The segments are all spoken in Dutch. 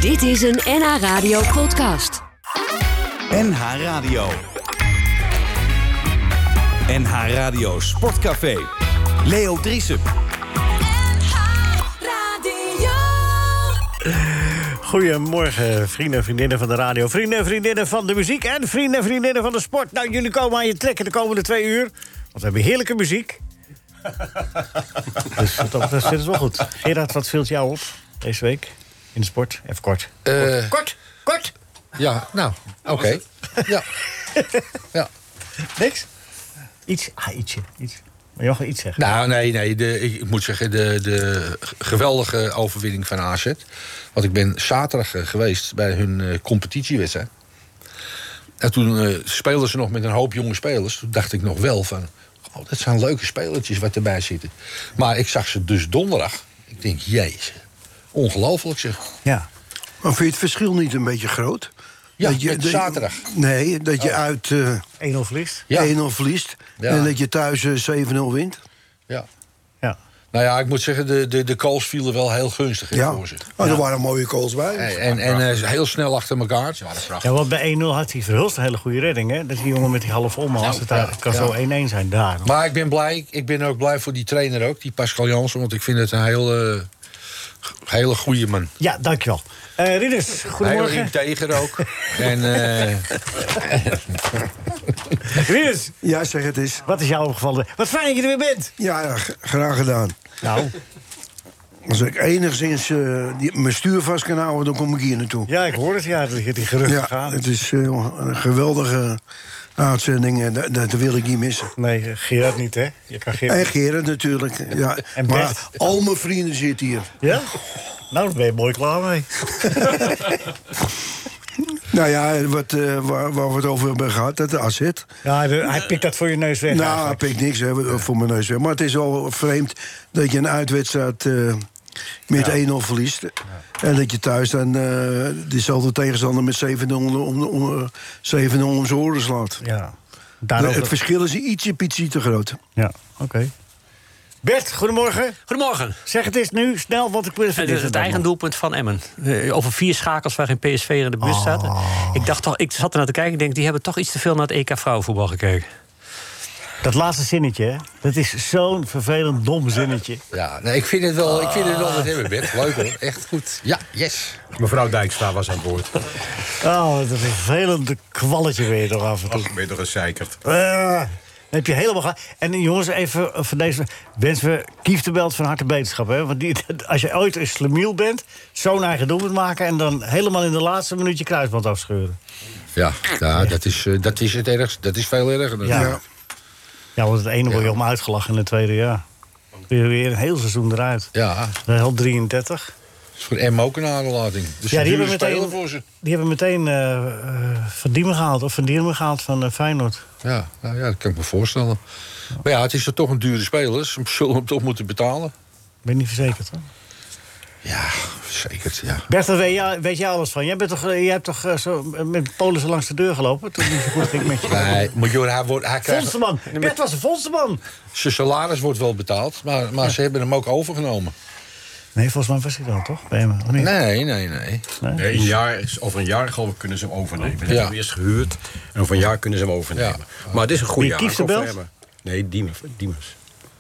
Dit is een NH Radio podcast. NH Radio. NH Radio Sportcafé. Leo Driessen. Goedemorgen, vrienden en vriendinnen van de radio. Vrienden en vriendinnen van de muziek. En vrienden en vriendinnen van de sport. Nou, jullie komen aan je trekken de komende 2 uur. Want we hebben heerlijke muziek. Dus dat zit het wel goed. Gerard, wat viel jou op deze week in de sport? Even kort. Kort. Ja, nou, oké. Ja. Ja. Niks? Iets? Ietsje. Iets. Maar je mag wel iets zeggen. Nou, nee. Ik moet zeggen, de geweldige overwinning van AZ. Want ik ben zaterdag geweest bij hun competitiewedstrijd. En toen speelden ze nog met een hoop jonge spelers. Toen dacht ik nog wel van... Oh, dat zijn leuke spelertjes wat erbij zitten. Maar ik zag ze dus donderdag. Ik denk, jezus, ongelooflijk zeg. Ja. Maar vind je het verschil niet een beetje groot? Ja, dat met zaterdag. Nee, dat je uit 1-0 verliest. Ja. 1-0 verliest Ja. en dat je thuis 7-0 wint. Ja. Ja. Nou ja, ik moet zeggen, de calls vielen wel heel gunstig voor ze. Oh, er waren mooie goals bij. En heel snel achter elkaar. Ja, want bij 1-0 had hij Verhulst een hele goede redding, hè? Dat die jongen met die half omhals. Het kan zo 1-1 zijn daar. Maar ik ben blij. Ik ben ook blij voor die trainer ook, die Pascal Jansen. Want ik vind het een hele goede man. Ja, dankjewel. Rinus, goedemorgen. Heel integer ook. En Rinus, Ja, zeg het eens. wat is jou opgevallen? Wat fijn dat je er weer bent. Ja, graag gedaan. Nou, Als ik enigszins mijn stuur vast kan houden, dan kom ik hier naartoe. ja, ik hoor het, ja, dat je die geruchten Ja, gaan. het is een geweldige uitzending en dat wil ik niet missen. Nee, Gerard niet, hè? Je kan Gerard... En Gerard natuurlijk. Ja. En Maar Bert. al mijn vrienden zitten hier. Ja? Nou, daar ben je mooi klaar mee. Nou ja, waar we het over hebben gehad, dat AZ. Ja, hij pikt dat voor je neus weg. Nou, eigenlijk. heb ik niks voor mijn neus weg. Maar het is wel vreemd dat je een uitwedstrijd met 1-0 verliest. Ja. En dat je thuis dan diezelfde tegenstander met 7-0 om zijn oren slaat. Ja. Het verschil is ietsje te groot. Ja, oké. Bert, goedemorgen. Goedemorgen. Zeg het eens nu, snel, want ik wil even... Het eigen doelpunt van Emmen. Over 4 schakels waarin PSV in de bus staat. Ik zat er naar te kijken. Ik denk, die hebben toch iets te veel naar het EK vrouwenvoetbal gekeken. Dat laatste zinnetje, hè? Dat is zo'n vervelend dom zinnetje. ja, nee, ik vind het wel wat hebben, Bert. Leuk hoor, echt goed. Ja, yes. Mevrouw Dijkstra was aan het woord. Oh, wat een vervelende kwalletje weer toch af en toe. Ben je toch een zeikert? Dan heb je helemaal gehad. En jongens, even voor deze wensen we Kief de Belt van harte beterschap. Hè? Want als je ooit een slemiel bent, zo'n eigen doelpunt maken... en dan helemaal in de laatste minuut je kruisband afscheuren. Ja, dat is het ergst. Dat is veel erger. Dan Ja, want het ene word je om uitgelachen en het tweede, ja. Weer een heel seizoen eruit. Ja, De helft 33. dat is voor Emmen ook een aderlating. Dus Ja, die hebben meteen Van Diemen gehaald van Feyenoord. Ja, nou ja, dat kan ik me voorstellen. Maar ja, het is er toch een dure speler. Ze zullen hem toch moeten betalen. Ben je niet verzekerd, hoor? Ja, zeker, ja. Bert, daar weet jij alles van. Jij hebt toch zo met Polen zo langs de deur gelopen? Toen niet zo goed ging met je. Nee, maar joh, hij krijgt... Vondstenman. Bert was een vondstenman. Zijn salaris wordt wel betaald, maar ze hebben hem ook overgenomen. Nee, volgens mij was hij dan, toch? Bij hem, of niet? Nee. Nee, over een jaar geloof ik kunnen ze hem overnemen. Ze hebben hem eerst gehuurd en over een jaar kunnen ze hem overnemen. Ja. Maar het is een goede Wie, Kief de Belt? aankoop voor Emmen. Nee, Diemers.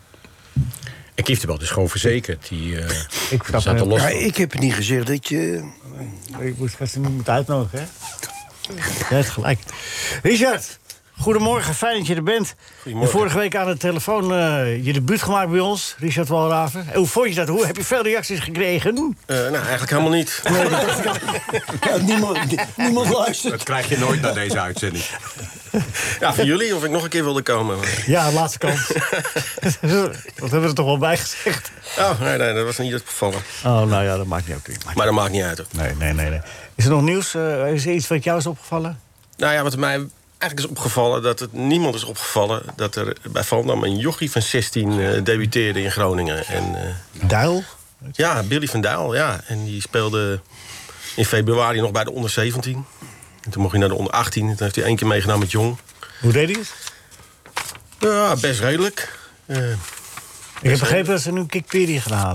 En Kief de Belt is gewoon verzekerd. Die staat er los Ja, van. ik heb niet gezegd dat je... Ik ga ze niet moeten uitnodigen, hè? Jij hebt gelijk. Richard, goedemorgen, fijn dat je er bent. Goedemorgen. Vorige week aan de telefoon je debuut gemaakt bij ons, Richard Walraven. Hoe vond je dat? Hoe heb je veel reacties gekregen? Nou, eigenlijk helemaal niet. Ja, niemand luistert. Dat krijg je nooit naar deze uitzending. Ja, van jullie, of ik nog een keer wilde komen. Ja, laatste kans. Dat hebben we er toch wel bij gezegd. Oh, nee, dat was niet het gevallen. Oh, nou ja, dat maakt niet uit. Maar dat maakt niet uit, hoor. Nee. Is er nog nieuws? Is er iets wat jou is opgevallen? Nou ja, wat mij eigenlijk is opgevallen, dat het niemand is opgevallen... dat er bij Volendam een jochie van 16 debuteerde in Groningen. En, Duil? ja, Billy van Duil, ja. En die speelde in februari nog bij de onder 17. En toen mocht hij naar de onder 18. Toen heeft hij 1 keer meegedaan met Jong. Hoe deed hij het? Ja, best redelijk. Ik heb begrepen dat ze nu Kikperi gaan halen.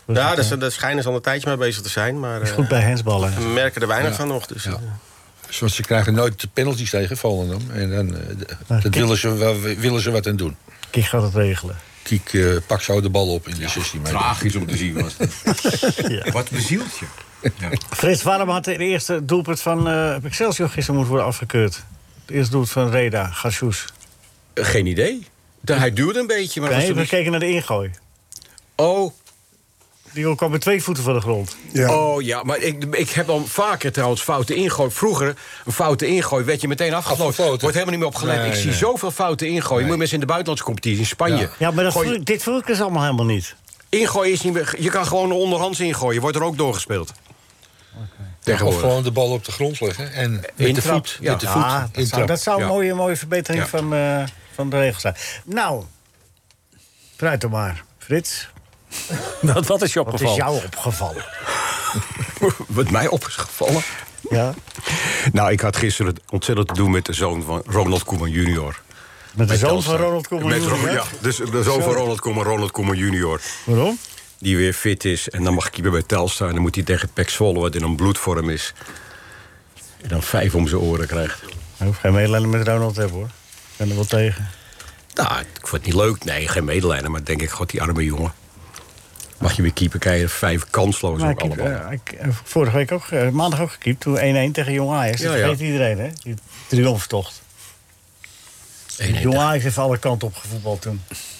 Ja, daar schijnen ze al een tijdje mee bezig te zijn. Maar is goed bij hensballen. we merken er weinig van nog. Dus, Zoals ze krijgen nooit de penalties tegen Volendam. En dan dat willen ze wat aan doen. Kiek gaat het regelen. Kiek pakt zo de bal op in de 16 meter. Tragisch om te zien was het. Wat bezielt je? Ja. Frits, waarom had het eerste doelpunt van Excelsior gisteren moeten worden afgekeurd? Het eerste doelpunt van Reda, Gassous. Geen idee. Hij duwde een beetje. Maar Nee, we keken naar de ingooi. Oh. Die jongen kwam met 2 voeten van de grond. Ja. Oh ja, maar ik heb dan vaker trouwens fouten ingooi. Vroeger, een fouten ingooi werd je meteen afgefloten. Wordt helemaal niet meer opgelet. Nee, ik zie zoveel fouten ingooien. Moet je mensen in de buitenlandse competitie in Spanje. Ja, maar dit vroeg ik dus allemaal helemaal niet. Ingooien is niet meer... Je kan gewoon onderhands ingooien. Wordt er ook doorgespeeld. Of gewoon de bal op de grond leggen. En met de voet. Ja. Met de voet Dat zou een mooie verbetering van de regels zijn. Nou, fruit dan maar, Frits. Wat is je Wat opgevallen? is jou opgevallen? Wat mij op is gevallen. Ja, Nou, ik had gisteren ontzettend te doen met de zoon van Ronald Koeman junior. met de Bij zoon Telstar. van Ronald Koeman. Ja, dus de zoon van Ronald Koeman junior. Waarom? Die weer fit is. En dan mag keeper bij Telstar. En dan moet hij tegen PEC Zwolle, wat in een bloedvorm is. En dan 5 om zijn oren krijgt. Ik hoef geen medelijden met Ronald te hebben, hoor. Ik ben er wel tegen. Nou, ik vond het niet leuk. Nee, geen medelijden. Maar denk ik, god, die arme jongen. Mag je weer keeper, krijgen 5 kansloos Maar ook allemaal. ik vorige week ook, maandag ook gekiept. Toen 1-1 tegen Jong Ajax. Dat vergeet iedereen, hè? Die triomftocht. Jong Ajax heeft alle kanten op gevoetbald toen.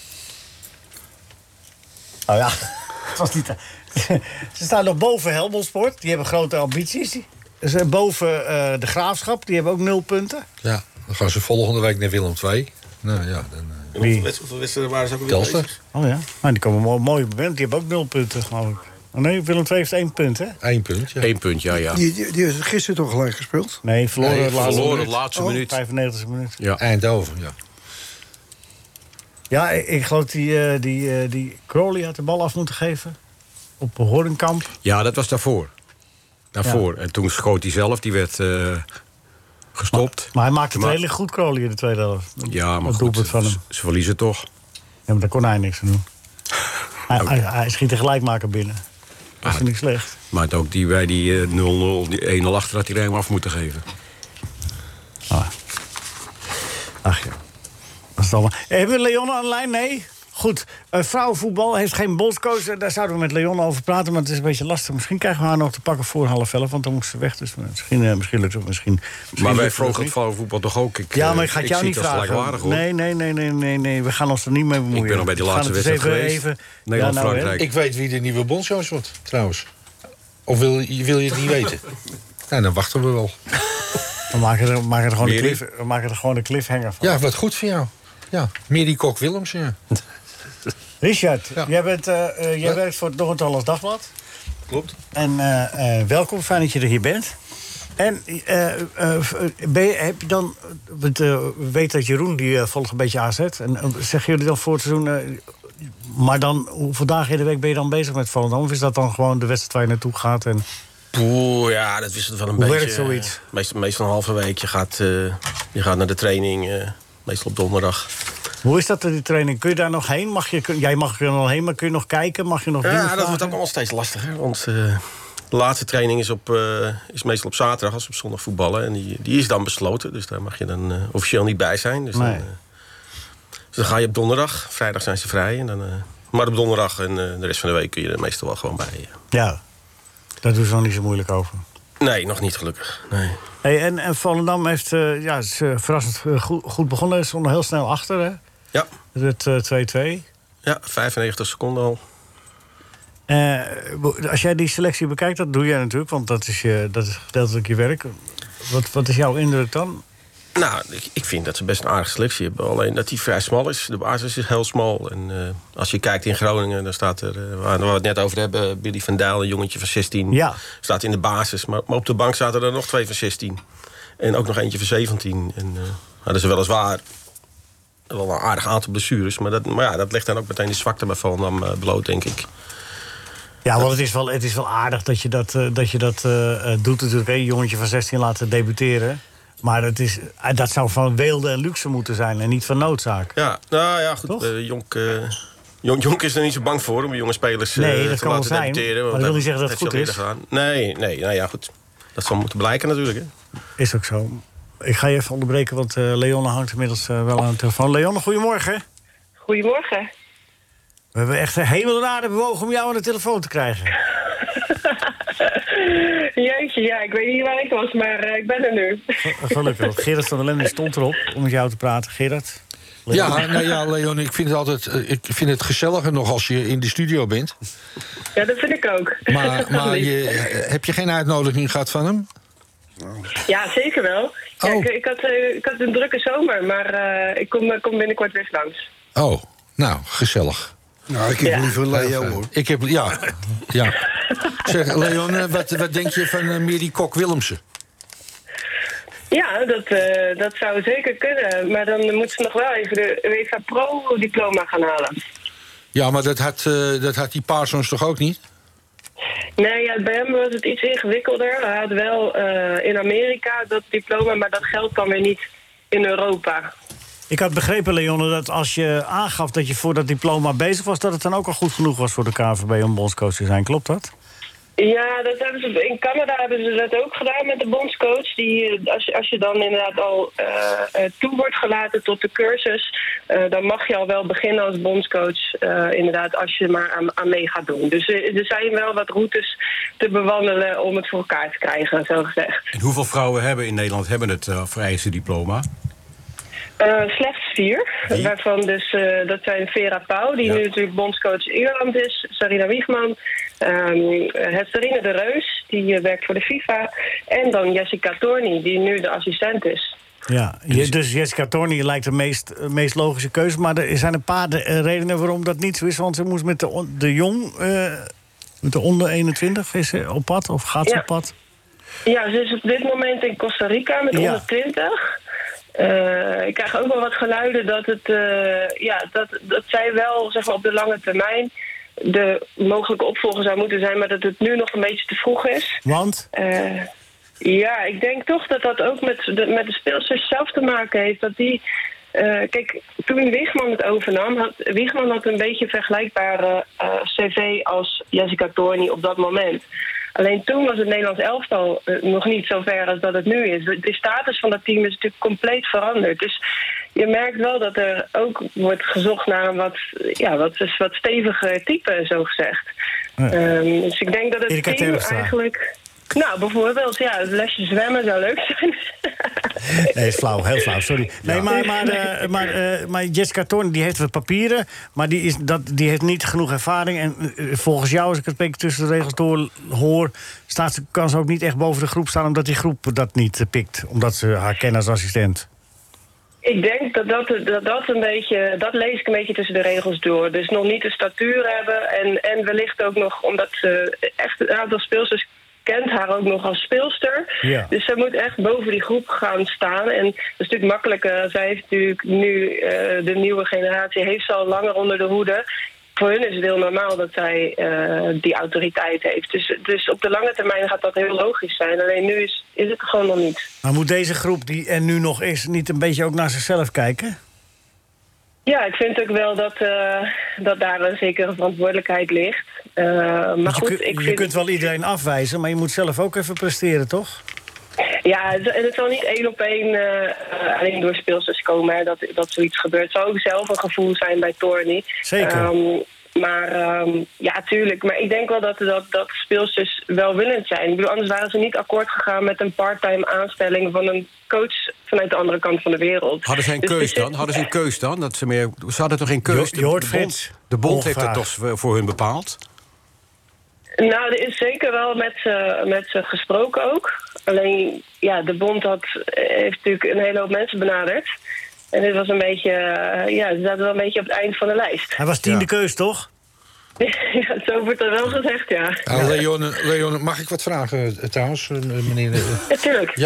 Nou ja, het was niet... Ze staan nog boven Helmond Sport. Die hebben grote ambities. Ze zijn boven de Graafschap. Die hebben ook 0 punten. Ja, dan gaan ze volgende week naar Willem II. Nou ja, dan... Hoeveel wedstrijden waren ze ook weer Telstar. bezig? Oh ja, maar die komen mooi op moment. Die hebben ook 0 punten, geloof ik. Oh nee, Willem II heeft 1 punt, hè? 1 punt, ja. 1 punt, ja. Die heeft gisteren toch gelijk gespeeld? Nee, verloren het laatste Verloren de minuut. laatste minuut. 95e minuut. Ja. Eindhoven, ja. Ja, ik geloof die Crowley had de bal af moeten geven. Op Hoornkamp. Ja, dat was daarvoor. En toen schoot hij zelf. Die werd gestopt. Maar hij maakte het redelijk goed, Crowley, in de tweede helft. Ja, maar Dat doelpunt goed, van hem. ze verliezen toch. Ja, maar daar kon hij niks aan doen. Hij schiet de gelijkmaker binnen. Dat is niet slecht. Maar ook die bij die 0-0, die 1-0 achter had hij er helemaal af moeten geven. Ach ja. Dat is het allemaal. Hebben we Leon aan de lijn? Nee? Goed. Vrouwenvoetbal heeft geen bondscoach. Daar zouden we met Leon over praten, maar het is een beetje lastig. Misschien krijgen we haar nog te pakken voor 11:30, want dan moet ze weg. Dus misschien lukt het. Misschien Maar wij lukt vroegen het het vrouwenvoetbal toch ook? ja, maar ik ga het jou zie niet het als gelijkwaardig, vragen. hoor. Nee. We gaan ons er niet mee bemoeien. Ik ben nog bij die We gaan laatste het eens wedstrijd geweest. Nederland-Frankrijk. Ik weet wie de nieuwe bondscoach wordt, trouwens. Of wil je het niet weten? Nou, dan wachten we wel. We maken er gewoon een cliffhanger van. Ja, wat goed voor jou. Ja, Mary Kok-Willems, ja. Richard, Ja. jij werkt voor het Noord-Hollands Dagblad. Klopt. En welkom, fijn dat je er hier bent. En heb je dan... we weten dat Jeroen, die volgt een beetje AZ. En zeggen jullie dan voor het seizoen... maar dan, hoeveel dagen in de week ben je dan bezig met Volendam? Of is dat dan gewoon de wedstrijd waar je naartoe gaat? En... Oeh, ja, dat wisselt wel een Hoe beetje. werkt zoiets? Meestal een halve week. Je gaat naar de training, meestal op donderdag. Hoe is dat, die training? Kun je daar nog heen? Jij mag er nog heen, maar kun je nog kijken? Mag je nog dingen Ja, dat vragen? wordt ook allemaal steeds lastiger. Want de laatste training is meestal op zaterdag, als we op zondag voetballen. En die is dan besloten, dus daar mag je dan officieel niet bij zijn. Dus, Nee. dus dan ga je op donderdag. Vrijdag zijn ze vrij. En dan, maar op donderdag en de rest van de week kun je er meestal wel gewoon bij. Ja, daar doen ze nog niet zo moeilijk over. Nee, nog niet gelukkig. Nee. Hey, en Volendam heeft is, verrassend goed begonnen. Ze stonden heel snel achter, hè? Ja. Het 2-2. Ja, 95 seconden al. Als jij die selectie bekijkt, dat doe jij natuurlijk, want dat is gedeeltelijk je werk. Wat is jouw indruk dan? Nou, ik vind dat ze best een aardige selectie hebben. Alleen dat die vrij smal is. De basis is heel smal. En als je kijkt in Groningen, dan staat er... waar we het net over hebben, Billy van Dijl, een jongetje van 16. Ja. Staat in de basis. Maar op de bank zaten er nog 2 van 16. En ook nog eentje van 17. En dat is weliswaar wel een aardig aantal blessures. Maar dat legt dan ook meteen de zwakte bij Volendam bloot, denk ik. Ja, want het is wel aardig dat je dat doet natuurlijk. Een jongetje van 16 laten debuteren. Maar dat zou van weelde en luxe moeten zijn en niet van noodzaak. Ja, nou ja, goed. Toch? Jonk is er niet zo bang voor om jonge spelers Nee, dat te kan wel laten zijn, debuteren. maar want dat wil niet zeggen dat het heeft goed hij al is. eerder gedaan. Nee, nou ja, goed. Dat zal moeten blijken natuurlijk. Hè. Is ook zo. Ik ga je even onderbreken, want Leonne hangt inmiddels wel aan de telefoon. Leonne, goedemorgen. Goedemorgen. We hebben echt hemel en aarde bewogen om jou aan de telefoon te krijgen. Jeetje, ja, ik weet niet waar ik was, maar ik ben er nu. Gelukkig. Gerard van der Lende stond erop om met jou te praten. Gerard? Leon, ik vind het gezelliger nog als je in de studio bent. Ja, dat vind ik ook. Maar heb je geen uitnodiging gehad van hem? Ja, zeker wel. Ja, Oh. ik had een drukke zomer, maar ik kom binnenkort weer langs. Oh, nou, gezellig. Nou, ik heb liever Leo, hoor. Ik heb, ja. Zeg, Leon, wat denk je van Mary Kok-Willemsen? Ja, dat zou zeker kunnen. Maar dan moet ze nog wel even de UEFA Pro-diploma gaan halen. Ja, maar dat had die Parsons toch ook niet? Nee, ja, bij hem was het iets ingewikkelder. Hij had wel in Amerika dat diploma, maar dat geldt dan weer niet in Europa. Ik had begrepen, Leonne, dat als je aangaf dat je voor dat diploma bezig was, dat het dan ook al goed genoeg was voor de KNVB om bondscoach te zijn. Klopt dat? Ja, dat hebben ze, in Canada hebben ze dat ook gedaan met de bondscoach. Als je dan inderdaad al toe wordt gelaten tot de cursus, dan mag je al wel beginnen als bondscoach, inderdaad, als je maar aan mee gaat doen. Dus er zijn wel wat routes te bewandelen om het voor elkaar te krijgen, zo gezegd. En hoeveel vrouwen hebben in Nederland het vereiste diploma? Slechts 4, waarvan dus, dat zijn Vera Pauw, die nu natuurlijk bondscoach Ierland is, Sarina Wiegman, Hesterine de Reus, die werkt voor de FIFA, en dan Jessica Torny, die nu de assistent is. Ja, dus Jessica Torny lijkt de meest logische keuze, maar er zijn een paar redenen waarom dat niet zo is, want ze moest met de jong, met de onder 21, is ze op pad of gaat ze op pad? Ja, ze is op dit moment in Costa Rica met onder 20. Ik krijg ook wel wat geluiden dat dat zij wel, zeg maar, op de lange termijn de mogelijke opvolger zou moeten zijn, maar dat het nu nog een beetje te vroeg is. Want? Ja, ik denk toch dat dat ook met de speelsters zelf te maken heeft. Dat die, kijk, toen Wiegman het overnam, Wiegman had een beetje een vergelijkbare cv als Jessica Torny op dat moment. Alleen toen was het Nederlands elftal nog niet zo ver als dat het nu is. De status van dat team is natuurlijk compleet veranderd. Dus je merkt wel dat er ook wordt gezocht naar een wat steviger type, zo gezegd. Ja. Dus ik denk dat het team eigenlijk... Nou, bijvoorbeeld, het lesje zwemmen zou leuk zijn. Nee, is flauw, heel flauw, sorry. Nee, maar Jessica Torny, die heeft wat papieren, maar die heeft niet genoeg ervaring. En volgens jou, als ik het een beetje tussen de regels door hoor, kan ze ook niet echt boven de groep staan, omdat die groep dat niet pikt, omdat ze haar kennen als assistent. Ik denk dat een beetje, dat lees ik een beetje tussen de regels door. Dus nog niet de statuur hebben en wellicht ook nog, omdat ze echt een aantal speelsters kent haar ook nog als speelster. Ja. Dus zij moet echt boven die groep gaan staan. En dat is natuurlijk makkelijker. Zij heeft natuurlijk nu, de nieuwe generatie heeft ze al langer onder de hoede. Voor hun is het heel normaal dat zij die autoriteit heeft. Dus op de lange termijn gaat dat heel logisch zijn. Alleen nu is het gewoon nog niet. Maar moet deze groep die er nu nog is niet een beetje ook naar zichzelf kijken? Ja, ik vind ook wel dat daar een zekere verantwoordelijkheid ligt. Maar goed, je kunt wel iedereen afwijzen, maar je moet zelf ook even presteren, toch? Ja, en het zal niet 1 op 1 alleen door speelsters komen, hè, dat zoiets gebeurt. Het zal ook zelf een gevoel zijn bij Torny. Zeker. Ja, tuurlijk. Maar ik denk wel dat speelsters welwillend zijn. Ik bedoel, anders waren ze niet akkoord gegaan met een part-time aanstelling van een coach vanuit de andere kant van de wereld. Hadden ze een keus dan? Hadden ze een keus dan? Ze hadden toch geen keus? Je hoort Frits. De bond heeft het toch voor hun bepaald? Nou, er is zeker wel met ze gesproken ook. Alleen, ja, de bond heeft natuurlijk een hele hoop mensen benaderd. En dit was een beetje, ze zaten wel een beetje op het eind van de lijst. Hij was 10e keus, toch? Ja, zo wordt er wel gezegd, ja. Leon, mag ik wat vragen trouwens, meneer? Natuurlijk.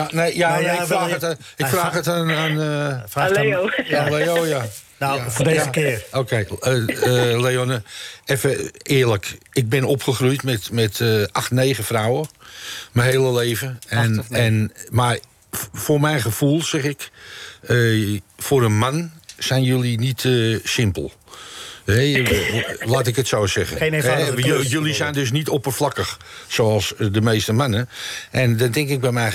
Ik vraag het aan Leo. Ja, Leo, ja. Nou, voor deze keer. Oké, Leon, even eerlijk. Ik ben opgegroeid met 8, 9 vrouwen. Mijn hele leven. Maar voor mijn gevoel, zeg ik, voor een man zijn jullie niet simpel. Nee, laat ik het zo zeggen. Geen eenvoudige klus. Jullie zijn dus niet oppervlakkig, zoals de meeste mannen. En dan denk ik bij mij,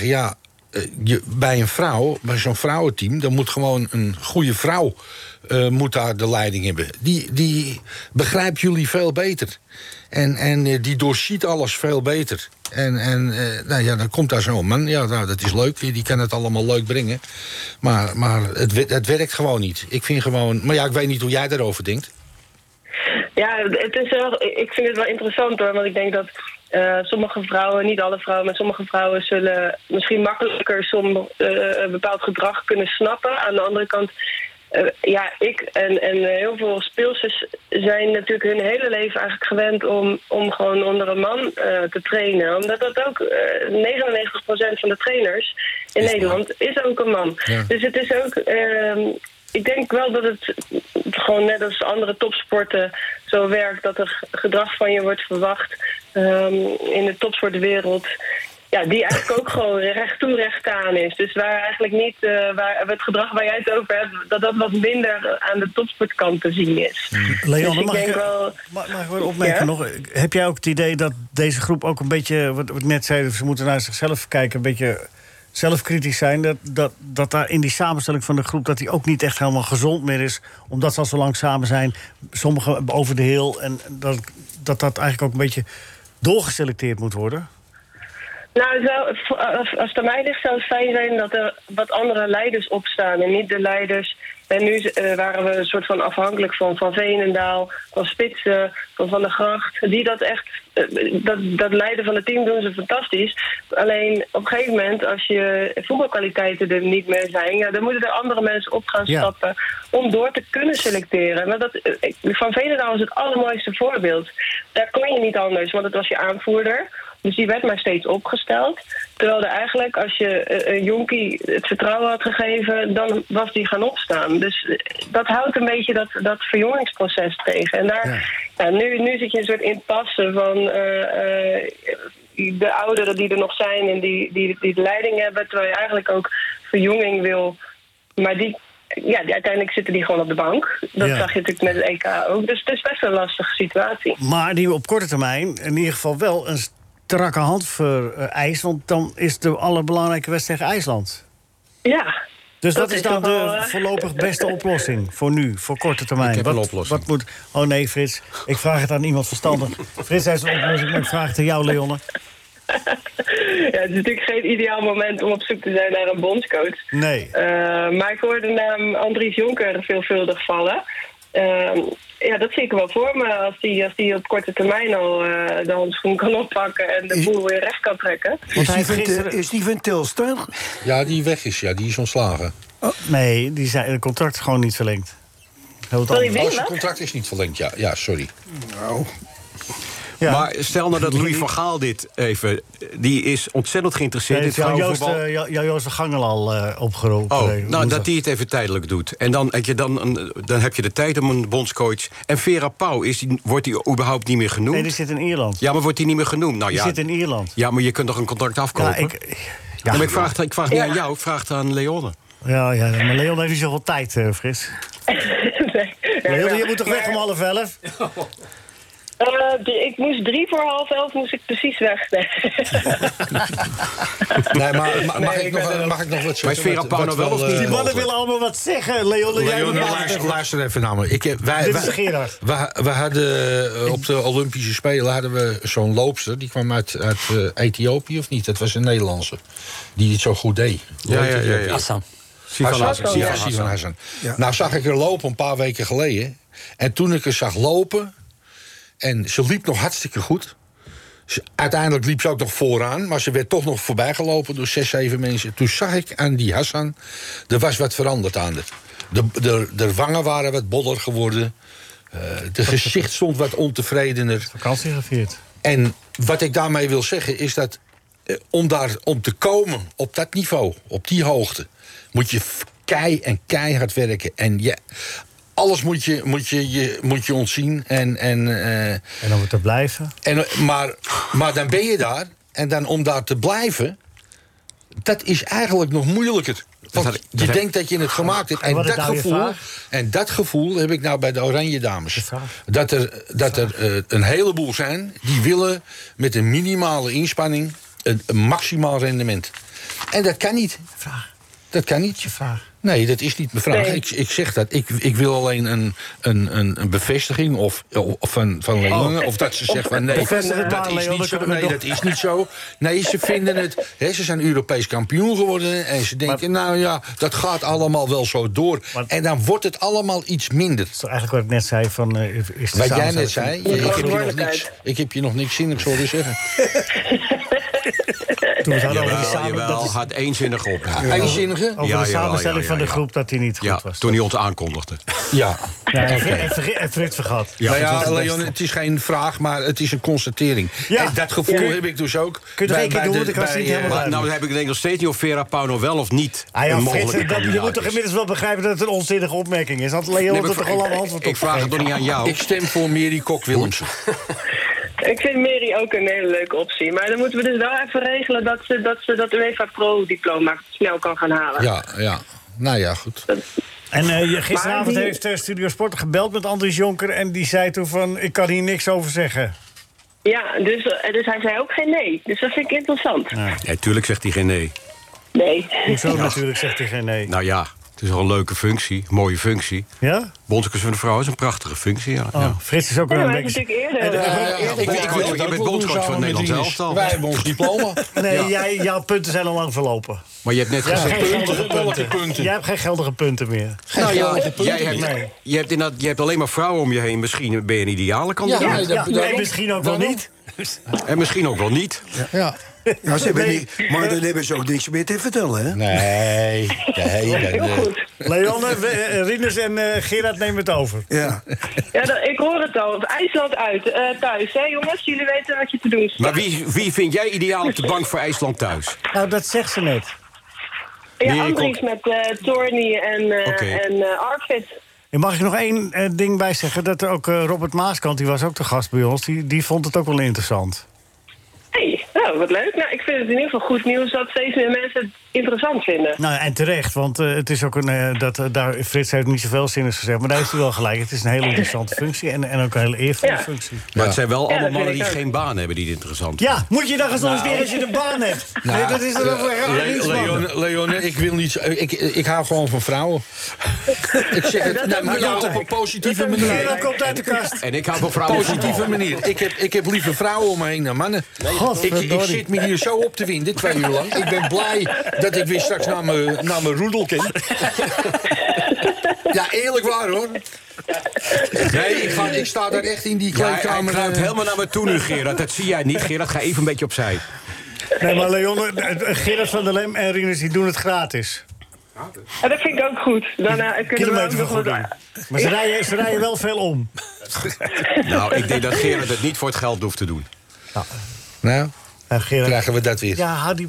bij een vrouw, bij zo'n vrouwenteam, dan moet gewoon een goede vrouw moet daar de leiding hebben. Die begrijpt jullie veel beter. En die doorziet alles veel beter. En dan komt daar zo'n man. Ja, nou, dat is leuk. Die kan het allemaal leuk brengen. Maar het werkt gewoon niet. Ik vind gewoon... Maar ja, ik weet niet hoe jij daarover denkt. Ja, ik vind het wel interessant hoor. Want ik denk dat sommige vrouwen, niet alle vrouwen, maar sommige vrouwen zullen misschien makkelijker een bepaald gedrag kunnen snappen. Aan de andere kant, ik en heel veel speelsters zijn natuurlijk hun hele leven eigenlijk gewend om gewoon onder een man te trainen. Omdat dat ook 99% van de trainers in Nederland is ook een man. Ja. Dus het is ook... ik denk wel dat het gewoon net als andere topsporten zo werkt, dat er gedrag van je wordt verwacht in de topsportwereld. Ja, die eigenlijk ook gewoon recht toe recht aan is. Dus waar eigenlijk niet, het gedrag waar jij het over hebt, dat wat minder aan de topsportkant te zien is. Leon, dus mag ik wel opmerken nog? Heb jij ook het idee dat deze groep ook een beetje, wat ik net zei, ze moeten naar zichzelf kijken, een beetje zelfkritisch zijn, dat daar in die samenstelling van de groep, dat die ook niet echt helemaal gezond meer is, omdat ze al zo lang samen zijn, sommigen over de heel, en dat eigenlijk ook een beetje doorgeselecteerd moet worden? Nou, als het aan mij ligt, zou het fijn zijn dat er wat andere leiders opstaan en niet de leiders. En nu waren we een soort van afhankelijk van Veenendaal, van Spitsen, van der Gracht. Die dat echt, dat leiden van het team doen ze fantastisch. Alleen op een gegeven moment, als je voetbalkwaliteiten er niet meer zijn, ja, dan moeten er andere mensen op gaan stappen om door te kunnen selecteren. Maar van Veenendaal is het allermooiste voorbeeld. Daar kon je niet anders, want het was je aanvoerder. Dus die werd maar steeds opgesteld. Terwijl er eigenlijk, als je een jonkie het vertrouwen had gegeven, dan was die gaan opstaan. Dus dat houdt een beetje dat verjongingsproces tegen. En daar, nu zit je een soort impasse van de ouderen die er nog zijn en die de leiding hebben, terwijl je eigenlijk ook verjonging wil. Maar die uiteindelijk zitten die gewoon op de bank. Dat zag je natuurlijk met het EK ook. Dus het is best een lastige situatie. Maar die op korte termijn in ieder geval wel een strakke hand vereist, want dan is de allerbelangrijke wedstrijd tegen IJsland. Ja. Dus dat is dan de voorlopig beste oplossing voor nu, voor korte termijn. Ik heb een oplossing. Wat moet... Oh nee, Frits, ik vraag het aan iemand verstandig. Frits heeft een oplossing, maar ik vraag het aan jou, Leonne. Ja, het is natuurlijk geen ideaal moment om op zoek te zijn naar een bondscoach. Nee. Maar ik hoorde de naam Andries Jonker veelvuldig vallen. Dat zie ik wel voor me. Als die op korte termijn al de handschoen kan oppakken en de boel weer recht kan trekken. Is die van Telstar? Ja, die weg is. Ja, die is ontslagen. Oh, nee, het contract is gewoon niet verlengd. Zijn contract is niet verlengd, ja, sorry. Nou. Ja. Maar stel nou dat Louis van Gaal dit even... Die is ontzettend geïnteresseerd in vrouwenvoetbal. Joost de Gangel al opgeroepen. Oh, dat hij het even tijdelijk doet. En dan heb je de tijd om een bondscoach. En Vera Pauw, wordt die überhaupt niet meer genoemd? Nee, die zit in Ierland. Ja, maar wordt die niet meer genoemd? Nou, die zit in Ierland. Ja, maar je kunt toch een contract afkopen? Maar ik vraag niet aan jou, ik vraag het aan Leonne. Ja, maar Leon heeft niet zoveel tijd, Fris. Nee. Leon, je moet toch weg om 10:30? Ik moest 11:45 moest ik precies weg. Nee, maar mag ik nog wat zeggen? Maar is Vera Pauw nou wel of niet? Die mannen willen allemaal wat zeggen, Leon. Luister even naar me. Dit is Gerard. We hadden op de Olympische Spelen hadden we zo'n loopster. Die kwam uit Ethiopië of niet? Dat was een Nederlandse. Die het zo goed deed. Ja. Hassan. Sivan Hassan. Ja. Nou zag ik haar lopen een paar weken geleden. En toen ik haar zag lopen... En ze liep nog hartstikke goed. Uiteindelijk liep ze ook nog vooraan... maar ze werd toch nog voorbijgelopen door 6, 7 mensen. Toen zag ik aan die Hassan... er was wat veranderd aan het. De wangen waren wat boller geworden. De gezicht stond wat ontevredener. Vakantie gevierd. En wat ik daarmee wil zeggen is dat... om te komen op dat niveau, op die hoogte... moet je keihard werken. En alles moet je ontzien. En om er te blijven. Maar dan ben je daar. En dan om daar te blijven... Dat is eigenlijk nog moeilijker. Want je denkt dat je het gemaakt hebt. En dat gevoel heb ik nou bij de Oranje Dames. Dat er een heleboel zijn die willen met een minimale inspanning een maximaal rendement. En dat kan niet. Dat kan niet. Je vraag. Nee, dat is niet mijn vraag. Nee. Ik zeg dat. Ik wil alleen een bevestiging of van Leon. Of dat ze zegt van nee, dat is niet zo. Nee, ze vinden het. Ze zijn Europees kampioen geworden. En ze denken, nou ja, dat gaat allemaal wel zo door. En dan wordt het allemaal iets minder. Dat is eigenlijk wat ik net zei. Wat jij net zei, ik heb je nog niks zinnigs horen zeggen. Jawel, had eenzinnig op. Eenzinnige? Over de samenstelling van de groep dat hij niet goed was. Toen hij ons aankondigde. Ja. En Frits vergat. Leon, het is geen vraag, maar het is een constatering. Ja. En dat gevoel heb ik dus ook. Kun je het 1 keer doen, want ik was niet helemaal nou heb ik denk nog steeds niet of Vera Pauw wel of niet een mogelijke kandidaat. Je moet toch inmiddels wel begrijpen dat het een onzinnige opmerking is. Want Leon heeft er toch al aan antwoord op. Ik vraag het toch niet aan jou. Ik stem voor Mary Kok-Willemsen. Ik vind Mary ook een hele leuke optie. Maar dan moeten we dus wel even regelen dat ze dat UEFA Pro-diploma snel kan gaan halen. Ja. Nou ja, goed. En gisteravond heeft Studio Sport gebeld met Andries Jonker. En die zei toen van, ik kan hier niks over zeggen. Ja, dus hij zei ook geen nee. Dus dat vind ik interessant. Ja, tuurlijk zegt hij geen nee. Nee. Hoezo natuurlijk zegt hij geen nee? Nou ja, het is wel een leuke functie, een mooie functie. Ja? Bondscoach van de vrouw is een prachtige functie, ja. Frits is ook wel een beetje... Je bent bondscoach van het Nederlands elftal. Wij hebben ons diploma. Nee, jouw punten zijn al lang verlopen. Maar je hebt net gezegd... punten. Jij hebt geen geldige punten meer. Je hebt alleen maar vrouwen om je heen. Misschien ben je een ideale kandidaat. Nee, misschien ook wel niet. En misschien ook wel niet. Ja. Ja, maar dan hebben ze ook niks meer te vertellen, hè? Nee. Heel goed. Leon, Rinus en Gerard nemen het over. Ja, ik hoor het al. IJsland uit, thuis, hè jongens? Jullie weten wat je te doen is. Maar wie vind jij ideaal op de bank voor IJsland thuis? Nou, dat zegt ze net. Ja, Andries met Torny en Arvid. En mag ik nog 1 ding bij zeggen? Dat er ook Robert Maaskant, die was ook de gast bij ons, die vond het ook wel interessant. Nou, wat leuk. Nou, ik vind het in ieder geval goed nieuws dat steeds meer mensen het interessant vinden. Nou, en terecht, want het is ook daar Frits heeft niet zoveel zinnigs gezegd, maar daar heeft hij wel gelijk. Het is een hele interessante functie en ook een hele eervolle functie. Maar het zijn wel allemaal mannen die geen baan hebben die het interessant vinden. Ja, moet je dan gaan solliciteren als je een baan hebt? Nee, dat is er ook wel Leon, ik wil niet... Ik hou gewoon van vrouwen. Ik zeg het, maar op een positieve manier. Dat komt uit de kast. En ik hou van vrouwen. Positieve manier. Ik heb liever vrouwen om me heen dan mannen. Ik zit me hier zo op te winden, 2 uur lang. Ik ben blij dat ik weer straks naar mijn roedel kan. Ja, eerlijk waar, hoor. Nee, ik sta daar echt in die kleedkamer. Hij gaat helemaal naar me toe nu, Gerard. Dat zie jij niet, Gerard. Ga even een beetje opzij. Nee, maar Leon, Gerard van der Lem en Rinus, die doen het gratis. Ja, dat vind ik ook goed. Daarna kunnen we ook nog wat... Maar ze rijden wel veel om. Nou, ik denk dat Gerard het niet voor het geld hoeft te doen. Nou, krijgen we dat weer. Ja, hou die...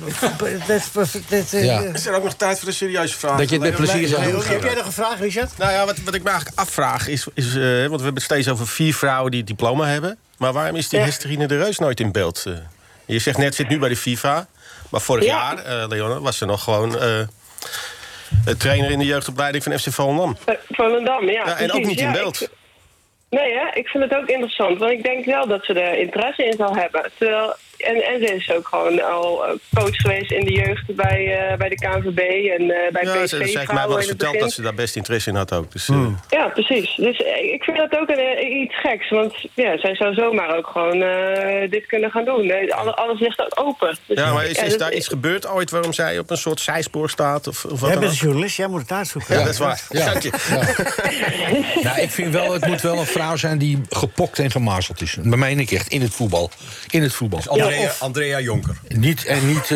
Is er ook nog tijd voor een serieuze vraag? Dat je het met plezier zou doen. Heb jij nog een vraag, Richard? Nou ja, wat ik me eigenlijk afvraag is want we hebben het steeds over 4 vrouwen die het diploma hebben. Maar waarom is die Hesterine de Reus nooit in beeld? Je zegt net, zit nu bij de FIFA. Maar vorig jaar, Leona, was ze nog gewoon... trainer in de jeugdopleiding van FC Volendam. Volendam, ja. En ook niet in beeld. Nee, hè? Ik vind het ook interessant. Want ik denk wel dat ze er interesse in zal hebben. Terwijl, en ze is ook gewoon al coach geweest in de jeugd bij de KNVB en bij PSV. Ze heeft mij wel eens verteld dat ze daar best interesse in had ook. Dus, Ja, precies. Dus ik vind dat ook iets geks. Want zij zou zomaar ook gewoon dit kunnen gaan doen. Alles ligt ook open. Dus, ja, maar is daar iets gebeurd ooit waarom zij op een soort zijspoor staat? Of wat jij bent een journalist, jij moet het uitzoeken. Ja, dat is waar. Ja. Dank je. Ja. Nou, ik vind wel, het moet wel een vrouw zijn die gepokt en gemazeld is. Dat meen ik echt, in het voetbal. In het voetbal. Andrea Jonker. Niet...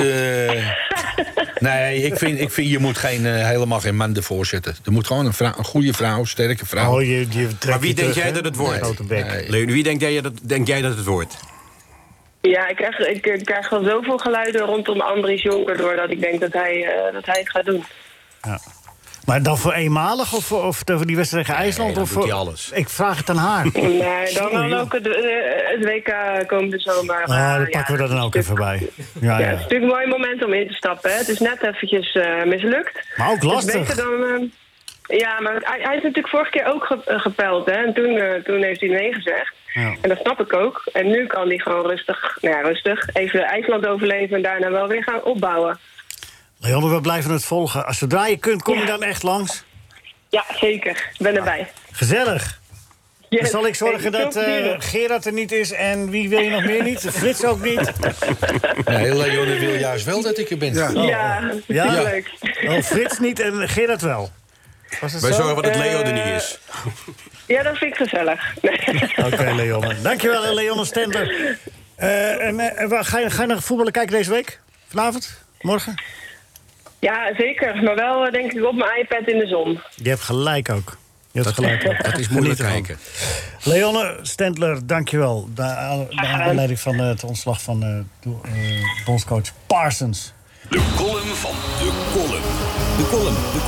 Nee, ik vind je moet helemaal geen man ervoor zetten. Er moet gewoon een goede vrouw, sterke vrouw. Maar wie denk jij dat het wordt? Leon, wie denk jij dat het wordt? Ja, ik krijg wel zoveel geluiden rondom Andries Jonker door dat ik denk dat hij het gaat doen. Ja. Maar dan voor eenmalig of voor die wedstrijd tegen IJsland? dan of doet voor... hij alles. Ik vraag het aan haar. Nee, dan ook het WK komende zomer. Dan pakken we dat dan ook even bij. Ja, het is natuurlijk een mooi moment om in te stappen. Hè. Het is net eventjes mislukt. Maar ook lastig. Dus dan, maar hij is natuurlijk vorige keer ook gepeld. Hè. En toen heeft hij nee gezegd. Ja. En dat snap ik ook. En nu kan hij gewoon rustig even IJsland overleven en daarna wel weer gaan opbouwen. Leon, we blijven het volgen. Zodra je kunt, kom je dan echt langs? Ja, zeker. Ik ben erbij. Gezellig. Yes. Dan zal ik zorgen dat Gerard er niet is. En wie wil je nog meer niet? Frits ook niet. Nee, Leon wil juist wel dat ik er ben. Ja, leuk. Frits niet en Gerard wel. Wij zorgen dat Leo er niet is. Ja, dat vind ik gezellig. Oké, Leon. Dankjewel, Leon Stender. Ga je naar voetballen kijken deze week? Vanavond? Morgen? Ja, zeker. Maar wel denk ik op mijn iPad in de zon. Je hebt gelijk ook. Dat is moeilijk kijken. Leonne Stendler, dankjewel. De aanleiding van het ontslag van bondscoach Parsons. De column van de column. De column, de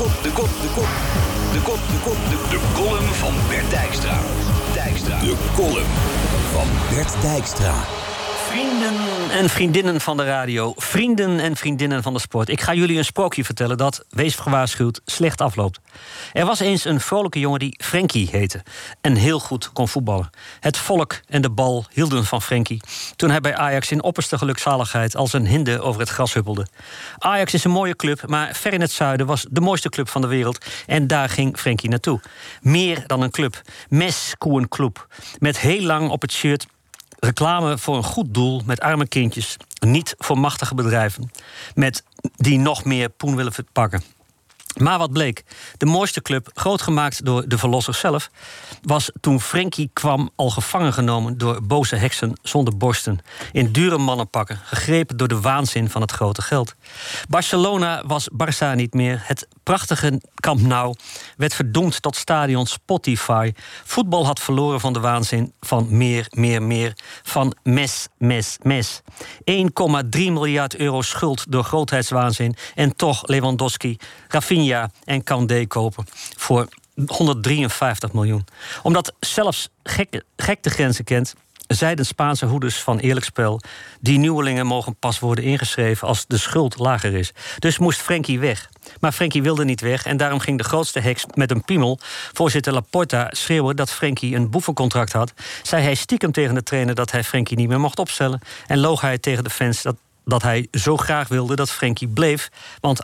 column van Bert Dijkstra. De column van Bert Dijkstra. Vrienden en vriendinnen van de radio, vrienden en vriendinnen van de sport. Ik ga jullie een sprookje vertellen dat, wees gewaarschuwd, slecht afloopt. Er was eens een vrolijke jongen die Frenkie heette en heel goed kon voetballen. Het volk en de bal hielden van Frenkie toen hij bij Ajax in opperste gelukzaligheid als een hinde over het gras huppelde. Ajax is een mooie club, maar ver in het zuiden was de mooiste club van de wereld en daar ging Frenkie naartoe. Meer dan een club, Mes Koen Club, met heel lang op het shirt reclame voor een goed doel met arme kindjes, niet voor machtige bedrijven, met die nog meer poen willen verpakken. Maar wat bleek, de mooiste club, grootgemaakt door de verlosser zelf, was toen Frenkie kwam al gevangen genomen door boze heksen zonder borsten, in dure mannenpakken, gegrepen door de waanzin van het grote geld. Barcelona was Barça niet meer. Het prachtige Camp Nou werd verdoemd tot stadion Spotify. Voetbal had verloren van de waanzin van meer, van mes. 1,3 miljard euro schuld door grootheidswaanzin en toch Lewandowski, Rafinha en Kandé kopen voor 153 miljoen. Omdat zelfs gek de grenzen kent, zeiden Spaanse hoeders van eerlijk spel, die nieuwelingen mogen pas worden ingeschreven als de schuld lager is. Dus moest Frenkie weg. Maar Frenkie wilde niet weg en daarom ging de grootste heks met een piemel, voorzitter Laporta, schreeuwen dat Frenkie een boevencontract had. Zei hij stiekem tegen de trainer dat hij Frenkie niet meer mocht opstellen en loog hij tegen de fans dat hij zo graag wilde dat Frenkie bleef, want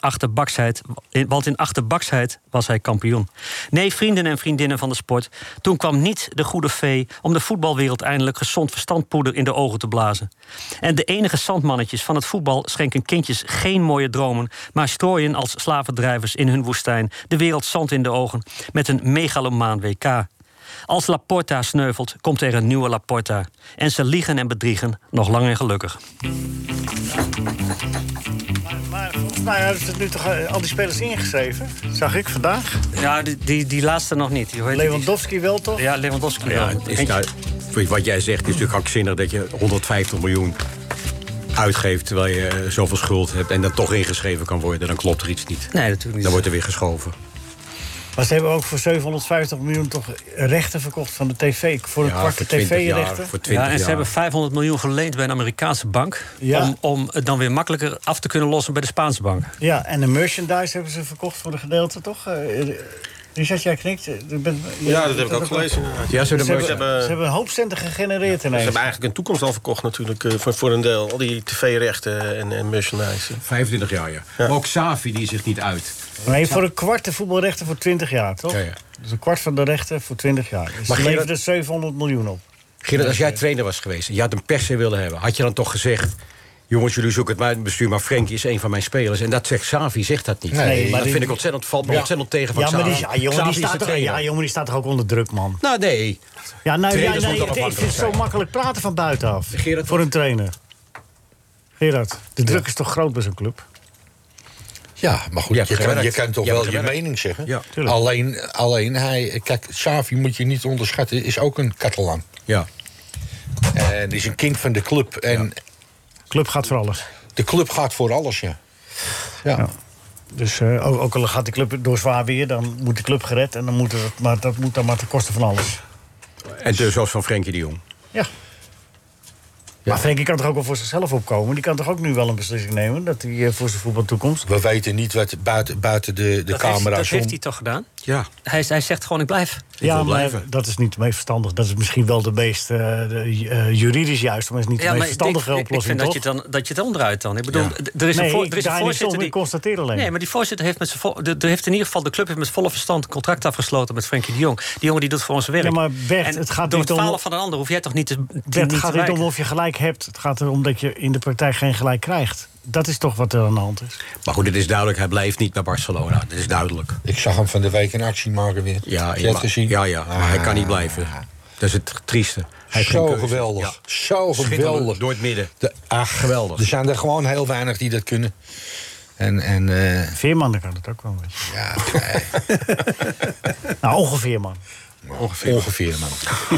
in achterbaksheid was hij kampioen. Nee, vrienden en vriendinnen van de sport, toen kwam niet de goede vee om de voetbalwereld eindelijk gezond verstandpoeder in de ogen te blazen. En de enige zandmannetjes van het voetbal schenken kindjes geen mooie dromen, maar strooien als slavendrijvers in hun woestijn de wereld zand in de ogen met een megalomaan WK. Als Laporta sneuvelt, komt er een nieuwe Laporta. En ze liegen en bedriegen nog lang en gelukkig. Maar volgens mij hebben ze nu toch al die spelers ingeschreven? Zag ik vandaag. Ja, die laatste nog niet. Lewandowski wel, toch? Ja, Lewandowski wel. Wat jij zegt is natuurlijk krankzinnig dat je 150 miljoen uitgeeft terwijl je zoveel schuld hebt en dat toch ingeschreven kan worden. Dan klopt er iets niet. Nee, natuurlijk niet. Dan wordt er weer geschoven. Maar ze hebben ook voor 750 miljoen toch rechten verkocht van de tv. Voor een kwart tv-rechten. Ja, en ze hebben 500 miljoen geleend bij een Amerikaanse bank. Ja. Om het dan weer makkelijker af te kunnen lossen bij de Spaanse bank. Ja, en de merchandise hebben ze verkocht voor de gedeelte, toch? Richard, jij knikt. Ja, dat heb ik ook gelezen. Ja, ze hebben een hoop centen gegenereerd ineens. Ze hebben eigenlijk een toekomst al verkocht natuurlijk voor een deel. Al die tv-rechten en merchandise. 25 jaar, ja. Maar ook Xavi die zich niet uit. Nee, voor een kwart de voetbalrechten voor 20 jaar, toch? Ja. Dus een kwart van de rechten voor 20 jaar. Dus ze leverde 700 miljoen op. Gerard, als jij trainer was geweest en je had hem per se willen hebben, had je dan toch gezegd: jongens, jullie zoeken het maar in het bestuur, maar Frenkie is een van mijn spelers. En dat zegt Xavi, zegt dat niet. Nee, maar dat vind ik ontzettend tegen van Xavi. Die staat toch ook onder druk, man? Nou, nee. Ik vind het zo makkelijk praten van buitenaf. Gerard, voor een trainer. Gerard, de druk is toch groot bij zo'n club? Ja, maar goed, je kan toch wel je mening zeggen. Ja, alleen hij... Kijk, Xavi moet je niet onderschatten, is ook een Catalan. Ja. En is een kind van de club. En de club gaat voor alles. De club gaat voor alles, ja. Dus ook al gaat die club door zwaar weer, dan moet de club gered. En dan moet dat moet dan maar ten koste van alles. En dus zoals van Frenkie de Jong. Ja. Maar Frenkie kan toch ook wel voor zichzelf opkomen? Die kan toch ook nu wel een beslissing nemen dat hij voor zijn voetbaltoekomst... We weten niet wat buiten de camera's... Dat heeft hij toch gedaan? Ja. Hij zegt gewoon, ik blijf. Ja, maar dat is niet het meest verstandig. Dat is misschien wel de meest juridisch juist, maar is niet de meest verstandige oplossing. Ik vind dat je het omdraait dan. Ik bedoel, er is een voorzitter die constateert alleen. Nee, maar die voorzitter heeft in ieder geval de club heeft met volle verstand een contract afgesloten met Frenkie de Jong. Die jongen die doet voor ons werk. Ja, maar Bert, het gaat door niet het om... falen van een ander hoef jij toch niet te Bert, het gaat niet om of je gelijk hebt. Het gaat erom dat je in de praktijk geen gelijk krijgt. Dat is toch wat er aan de hand is. Maar goed, het is duidelijk, hij blijft niet bij Barcelona. Dat is duidelijk. Ik zag hem van de week in actie maken weer. Ja, heb je het gezien? Ja, maar hij kan niet blijven. Dat is het trieste. Hij heeft zo geen keuze. geweldig. Ja. Zo geweldig. Door het midden. Geweldig. Er zijn er gewoon heel weinig die dat kunnen. Veerman kan het ook wel een beetje. Ja, nou, ongeveer, man. Ongeveer, man.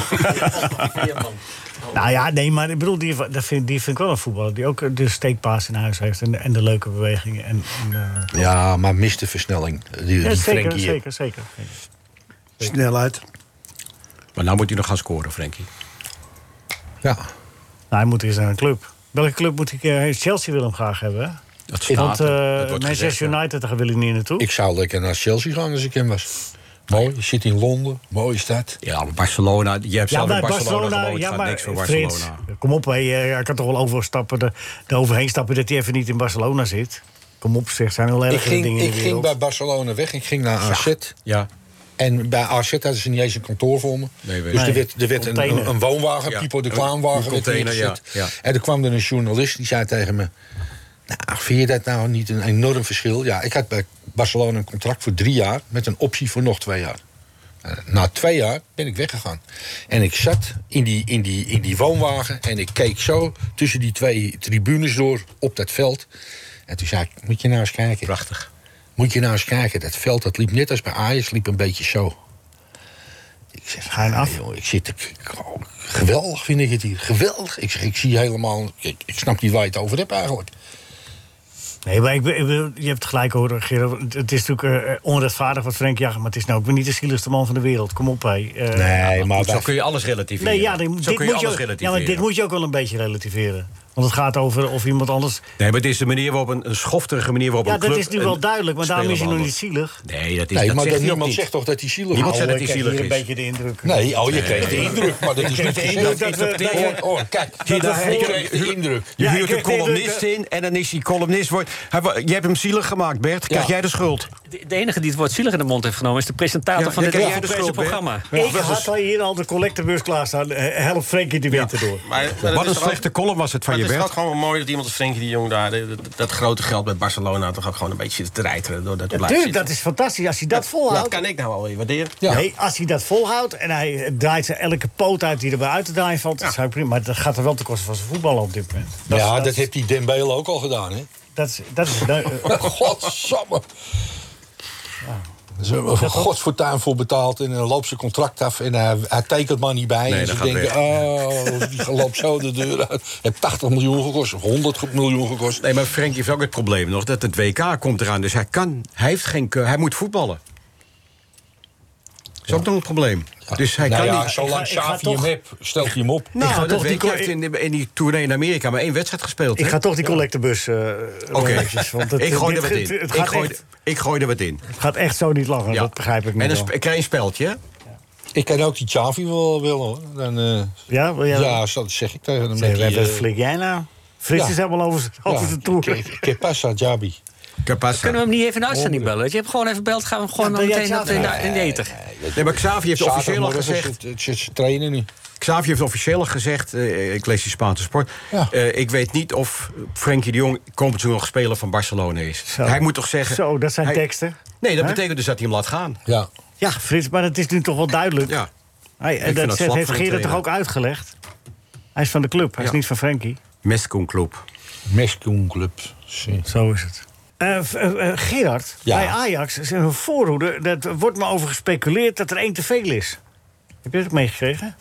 Nou ja, nee, maar ik bedoel, die vind ik wel een voetballer... die ook de steekpaas in huis heeft en de leuke bewegingen. Ja, maar mist de versnelling. Die Zeker. Snelheid. Maar nou moet hij nog gaan scoren, Frenkie. Ja. Nou, hij moet eerst naar een club. Welke club moet ik... Chelsea wil hem graag hebben, hè? Dat staat, want Manchester United, daar wil hij niet naartoe. Ik zou lekker naar Chelsea gaan als ik hem was. Mooi, je zit in Londen, mooie stad. Ja, maar Barcelona, je hebt zelf in Barcelona gewoond, ja, gaat niks voor Frits, Barcelona. Kom op, hij kan toch wel overstappen, overheen stappen dat hij even niet in Barcelona zit. Kom op, zeg, zijn wel ergere dingen in de wereld. Ik ging bij Barcelona weg, ik ging naar AZ. Ja. En bij AZ hadden ze niet eens een kantoor voor me. Dus er werd een woonwagen, Pipo de Klaanwagen, werd ingezet. Ja. En er kwam er een journalist, die zei tegen me... Nou, vind je dat nou niet een enorm verschil? Ja, ik had bij Barcelona een contract voor 3 jaar... met een optie voor nog 2 jaar. Na 2 jaar ben ik weggegaan. En ik zat in die woonwagen... en ik keek zo tussen die 2 tribunes door op dat veld. En toen zei ik, moet je nou eens kijken. Prachtig. Moet je nou eens kijken, dat veld dat liep net als bij Ajax... liep een beetje zo. Ik zeg, ga je af? Joh, geweldig vind ik het hier. Geweldig. Ik zie helemaal... Ik snap niet waar je het over hebt eigenlijk. Nee, maar je hebt gelijk hoor, Gerard. Het is natuurlijk onrechtvaardig wat Frenkie jaagt... maar het is nou ook weer niet de zieligste man van de wereld. Kom op, hé. Nee, maar zo kun je alles relativeren. Nee, ja, dit moet je ook wel een beetje relativeren. Want het gaat over of iemand anders... Nee, maar het is de manier waarop een schofterige manier waarop een club... Ja, dat is nu wel duidelijk, maar daarom is hij nog niet zielig. Nee, dat is nee, dat maar zegt niemand zegt toch dat hij zielig is? Niemand zegt dat hij zielig is. een beetje de indruk. Nee, je kreeg de indruk, maar dat is niet de indruk. Kijk, je kreeg de indruk. Je huurt een columnist in en dan is die columnist... Je hebt hem zielig gemaakt, Bert. Krijg jij de schuld? De enige die het woord zielig in de mond heeft genomen... is de presentator van dit Europese programma. Ik had al hier al de collectebus klaarstaan. Help Frenkie de winter door. Wat een slechte column was het van je, Bert. Het is gewoon mooi dat iemand als Frenkie de Jong daar... dat grote geld met Barcelona toch ook gewoon een beetje zit te rijteren. Door dat te blijven zitten. Dat is fantastisch. Als hij dat volhoudt... Dat kan ik nou alweer waarderen. Ja. Nee, als hij dat volhoudt en hij draait zijn elke poot uit die erbij uit te draaien valt... dat zou prima. Maar dat gaat er wel ten koste van zijn voetballen op dit moment. Dat heeft die Dembele ook al gedaan, hè? Dat is Godsamme. Ze hebben er godsfortuin voor betaald en dan loopt zijn contract af en hij tekent maar niet bij. Nee, en ze denken, die loopt zo de deur uit. Heeft 80 miljoen gekost, 100 miljoen gekost. Nee, maar Frenkie heeft ook het probleem nog dat het WK komt eraan. Dus hij moet voetballen. Dat is ook nog een probleem. Ja. Dus hij kan niet... Zolang Xavi hem hebt, stelt hij hem op. Nou, dat weet je. Hij heeft in die tournee in Amerika maar 1 wedstrijd gespeeld. Ik ga toch die collectebus... Oké, ik gooi er wat in. Ik gooi er wat in. Het gaat echt zo niet langer, dat begrijp ik niet. En dan krijg je een speldje, hè? Ik kan ook die Xavi wel willen, hoor. Dan, ja, dat zeg ik tegen hem. Wat flik jij nou? Frits is helemaal over zijn toer. Que passa, Jabi. Kunnen we hem niet even een uitzending bellen? Je hebt gewoon even gebeld, gaan we hem gewoon meteen in de eter. Nee, maar Xavi heeft officieel al gezegd... Ze trainen nu. Xavi heeft officieel gezegd, ik lees die Spaanse sport... ik weet niet of Frenkie de Jong komend seizoen nog speler van Barcelona is. Zo. Hij moet toch zeggen... Zo, dat zijn teksten. Nee, dat betekent dus dat hij hem laat gaan. Ja, Frits, maar dat is nu toch wel duidelijk. Ja. Dat heeft Gerard toch ook uitgelegd? Hij is van de club, hij is niet van Frenkie. Mescon Club. Zo is het. Gerard, bij Ajax is een voorhoede... dat wordt maar over gespeculeerd dat er 1 te veel is. Heb je dat ook meegekregen?